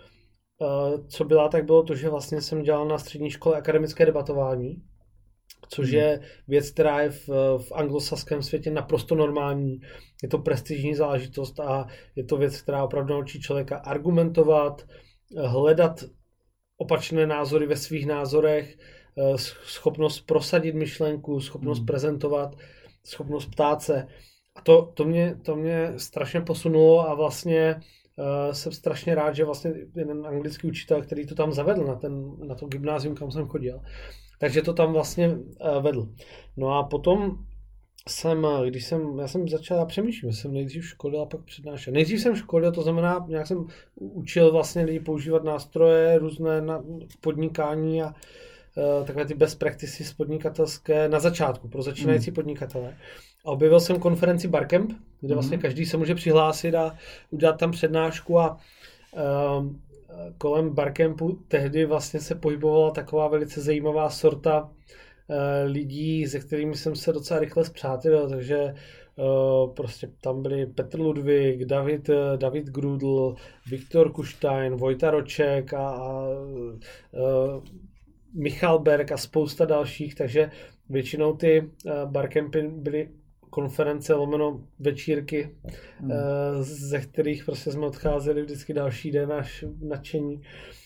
co byla, tak bylo to, že vlastně jsem dělal na střední škole akademické debatování, což je věc, která je v, v anglosaském světě naprosto normální. Je to prestižní záležitost a je to věc, která opravdu naučí člověka argumentovat, hledat opačné názory ve svých názorech, schopnost prosadit myšlenku, schopnost hmm. prezentovat, schopnost ptát se. A to, to, mě, to mě strašně posunulo a vlastně uh, jsem strašně rád, že vlastně jeden anglický učitel, který to tam zavedl na, ten, na to gymnázium, kam jsem chodil, takže to tam vlastně uh, vedl. No a potom jsem, když jsem, já jsem začal, já přemýšlím, jsem nejdřív školil a pak přednášel. Nejdřív jsem školil, to znamená, nějak jsem učil vlastně lidi používat nástroje různé na podnikání a uh, takové ty best practices podnikatelské na začátku, pro začínající mm. podnikatele. A objevil jsem konferenci Barcamp, kde vlastně mm. každý se může přihlásit a udělat tam přednášku a uh, kolem Barcampu tehdy vlastně se pohybovala taková velice zajímavá sorta uh, lidí, se kterými jsem se docela rychle spřátelil, takže uh, prostě tam byli Petr Ludvík, David, uh, David Grudl, Viktor Kuštajn, Vojta Roček a, a uh, Michal Berg a spousta dalších, takže většinou ty uh, Barcampy byly konference lomeno večírky, hmm. ze kterých prostě jsme odcházeli vždycky další den až nadšení.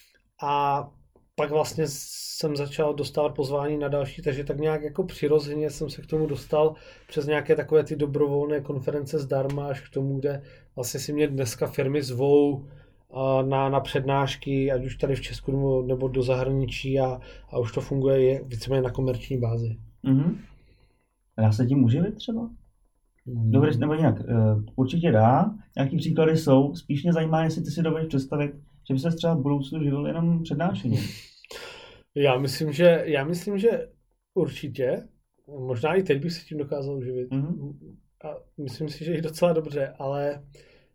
A pak vlastně jsem začal dostávat pozvání na další, takže tak nějak jako přirozeně jsem se k tomu dostal přes nějaké takové ty dobrovolné konference zdarma až k tomu, kde vlastně si mě dneska firmy zvou na, na přednášky, ať už tady v Česku nebo, nebo do zahraničí a, a už to funguje je víceméně na komerční bázi. Mm-hmm. Dá se tím uživit třeba? Mm. Dobře, nebo nějak, určitě dá, nějaký příklady jsou, spíš mě zajímá, jestli ty si dovedeš představit, že by se třeba v budoucnu živil jenom přednášením. Já myslím, že, já myslím, že určitě, možná i teď bych se tím dokázal uživit. Mm-hmm. A myslím si, že i docela dobře, ale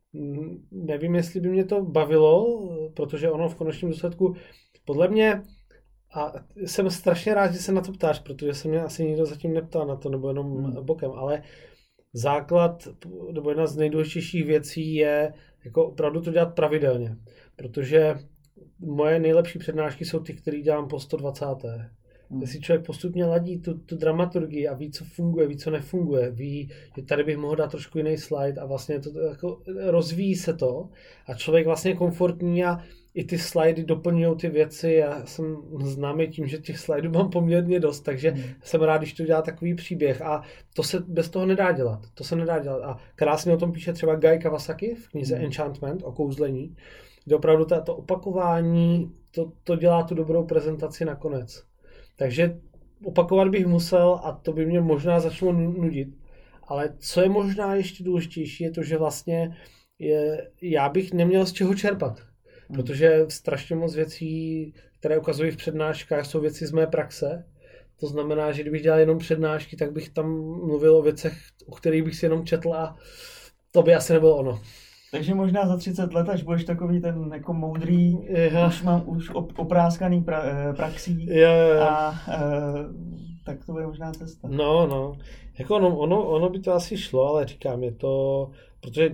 nevím, jestli by mě to bavilo, protože ono v konečném důsledku, podle mě, a jsem strašně rád, že se na to ptáš, protože se mě asi nikdo zatím neptal na to, nebo jenom hmm. bokem, ale základ, nebo jedna z nejdůležitějších věcí je jako opravdu to dělat pravidelně, protože moje nejlepší přednášky jsou ty, které dělám po sto dvacáté Hmm. Jestli člověk postupně ladí tu, tu dramaturgii a ví, co funguje, ví, co nefunguje, ví, že tady bych mohl dát trošku jiný slide a vlastně to jako rozvíjí se to a člověk vlastně je komfortní a i ty slidy doplňují ty věci. Já jsem známý tím, že těch slidů mám poměrně dost, takže hmm. jsem rád, když to dělá takový příběh a to se bez toho nedá dělat. To se nedá dělat. A krásně o tom píše třeba Guy Kawasaki v knize hmm. Enchantment o kouzlení, kde opravdu to, to opakování, to, to dělá tu dobrou prezentaci nakonec. Takže opakovat bych musel a to by mě možná začalo nudit. Ale co je možná ještě důležitější, je to, že vlastně je, já bych neměl z čeho čerpat. Protože strašně moc věcí, které ukazují v přednáškách, jsou věci z mé praxe. To znamená, že kdybych dělal jenom přednášky, tak bych tam mluvil o věcech, o kterých bych si jenom četl a to by asi nebylo ono. Takže možná za třicet let, až budeš takový ten jako moudrý, jo. už mám už opráskaný pra, praxí jo, jo. a e, tak to bude možná cesta. No, no. Jako ono, ono, ono by to asi šlo, ale říkám, je to, protože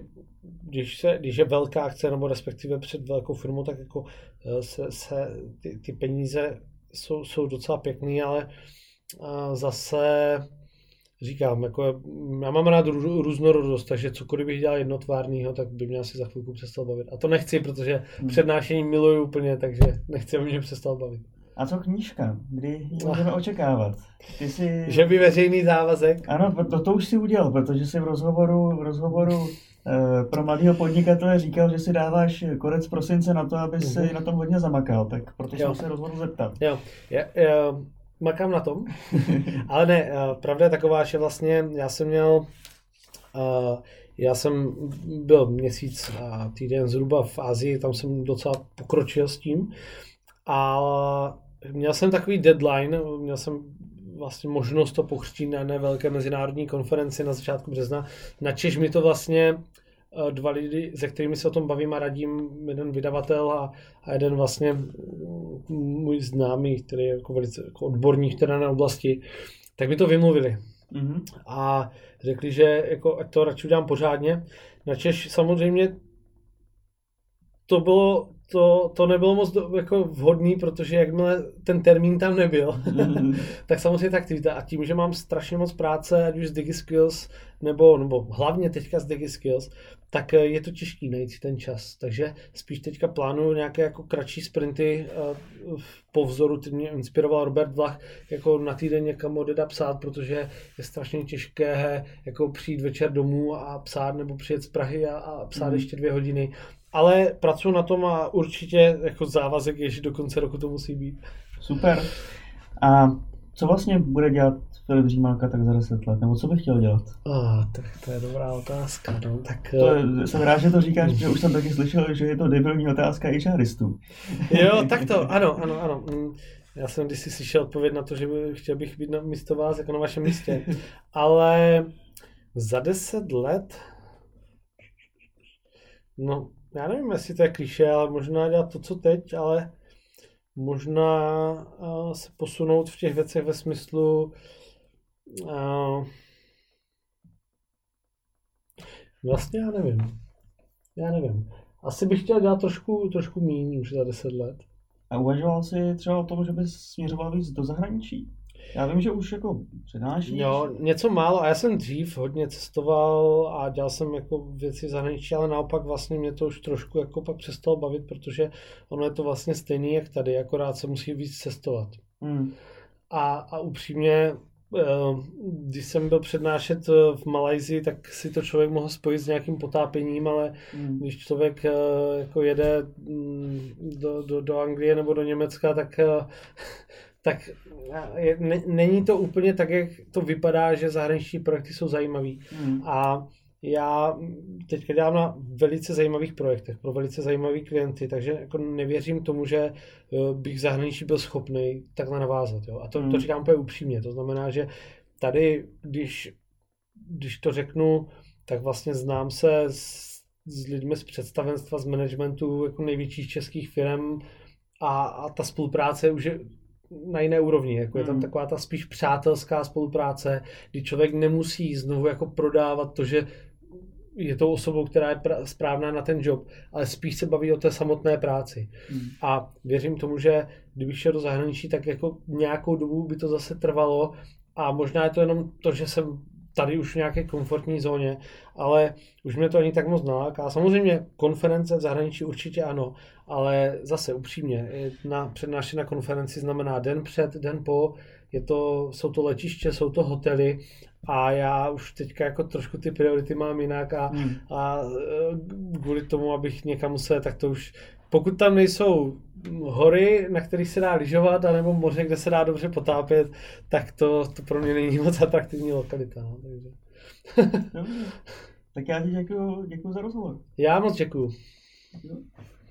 když, se, když je velká akce nebo respektive před velkou firmou, tak jako se, se ty, ty peníze jsou, jsou docela pěkný, ale zase říkám, jako já mám rád rů, různorodost, takže cokoliv bych dělal jednotvárnýho, tak by mě asi za chvilku přestal bavit. A to nechci, protože hmm. přednášení miluju úplně, takže nechci, aby mě přestal bavit. A co knížka? Kdy ji můžeme očekávat? Ty jsi... Že by veřejný závazek? Ano, to, to už si udělal, protože jsi v rozhovoru, v rozhovoru eh, pro mladého podnikatele říkal, že si dáváš konec prosince na to, aby si mm-hmm. na tom hodně zamakal, tak proto jsem se rozhodl zeptat. Jo, já, já makám na tom, ale ne, pravda je taková, že vlastně já jsem měl, uh, já jsem byl měsíc a týden zhruba v Asii, tam jsem docela pokročil s tím a měl jsem takový deadline, měl jsem vlastně možnost to pokřtít na jedné velké mezinárodní konferenci na začátku března. Načež mi to vlastně dva lidi, se kterými se o tom bavím a radím, jeden vydavatel a, a jeden vlastně můj známý, který je jako velice jako odborník v té oblasti, tak mi to vymluvili. Mm-hmm. A řekli, že jako, ať to radši udělám pořádně. Načež samozřejmě to bylo To, to nebylo moc do, jako vhodný, protože jakmile ten termín tam nebyl, mm. tak samozřejmě ta aktivita. A tím, že mám strašně moc práce, ať už z DigiSkills, nebo, nebo hlavně teďka z DigiSkills, tak je to těžký najít si ten čas. Takže spíš teďka plánuju nějaké jako kratší sprinty po vzoru, teď mě inspiroval Robert Vlach, jako na týden někam odjeda psát, protože je strašně těžké jako přijít večer domů a psát, nebo přijet z Prahy a, a psát mm. ještě dvě hodiny. Ale pracuji na tom a určitě jako závazek je, že do konce roku to musí být. Super. A co vlastně bude dělat Filip Římálka tak za deset let? Nebo co bych chtěl dělat? Ah, tak to je dobrá otázka. No. Tak, to je, jsem rád, že to říkáš, že už jsem taky slyšel, že je to debilní otázka HRistů. Jo, tak to, ano, ano, ano. Já jsem kdysi slyšel odpověď na to, že by, chtěl bych být na místo vás, jako na vašem místě. Ale za deset let... No, já nevím, jestli to je klišé, ale možná dělat to, co teď, ale možná uh, se posunout v těch věcech ve smyslu uh, vlastně já nevím. Já nevím. Asi bych chtěl dělat trošku, trošku míň už za deset let. A uvažoval jsi třeba o tom, že bys směřoval víc do zahraničí? Já vím, že už jako přednášíš. Jo, něco málo. A já jsem dřív hodně cestoval a dělal jsem jako věci v zahraničí, ale naopak vlastně mě to už trošku jako pak přestalo bavit, protože ono je to vlastně stejný jak tady, akorát se musí víc cestovat. Hmm. A, a upřímně, když jsem byl přednášet v Malajsii, tak si to člověk mohl spojit s nějakým potápěním, ale hmm. když člověk jako jede do, do, do Anglie nebo do Německa, tak tak je, ne, není to úplně tak, jak to vypadá, že zahraniční projekty jsou zajímavý. Mm. A já teďka dělám na velice zajímavých projektech, pro velice zajímavý klienty, takže jako nevěřím tomu, že bych v zahraničí byl schopný takhle navázat. Jo? A to, mm. to říkám úplně upřímně. To znamená, že tady, když, když to řeknu, tak vlastně znám se s, s lidmi z představenstva, z managementu jako největších českých firm a, a ta spolupráce už je na jiné úrovni, jako je tam taková ta spíš přátelská spolupráce, kdy člověk nemusí znovu jako prodávat to, že je tou osobou, která je pra- správná na ten job, ale spíš se baví o té samotné práci. Hmm. A věřím tomu, že kdybych šel do zahraničí, tak jako nějakou dobu by to zase trvalo a možná je to jenom to, že jsem tady už v nějaké komfortní zóně, ale už mě to ani tak moc naláká. Samozřejmě konference v zahraničí určitě ano, ale zase upřímně, na přednášet na konferenci znamená den před, den po, je to, jsou to letiště, jsou to hotely a já už teďka jako trošku ty priority mám jinak a, hmm. a kvůli tomu, abych někam musel, tak to už, pokud tam nejsou hory, na kterých se dá lyžovat, anebo moře, kde se dá dobře potápět, tak to, to pro mě není moc atraktivní lokalita. No, takže. Tak já ti děkuju, děkuju za rozhovor. Já moc děkuju.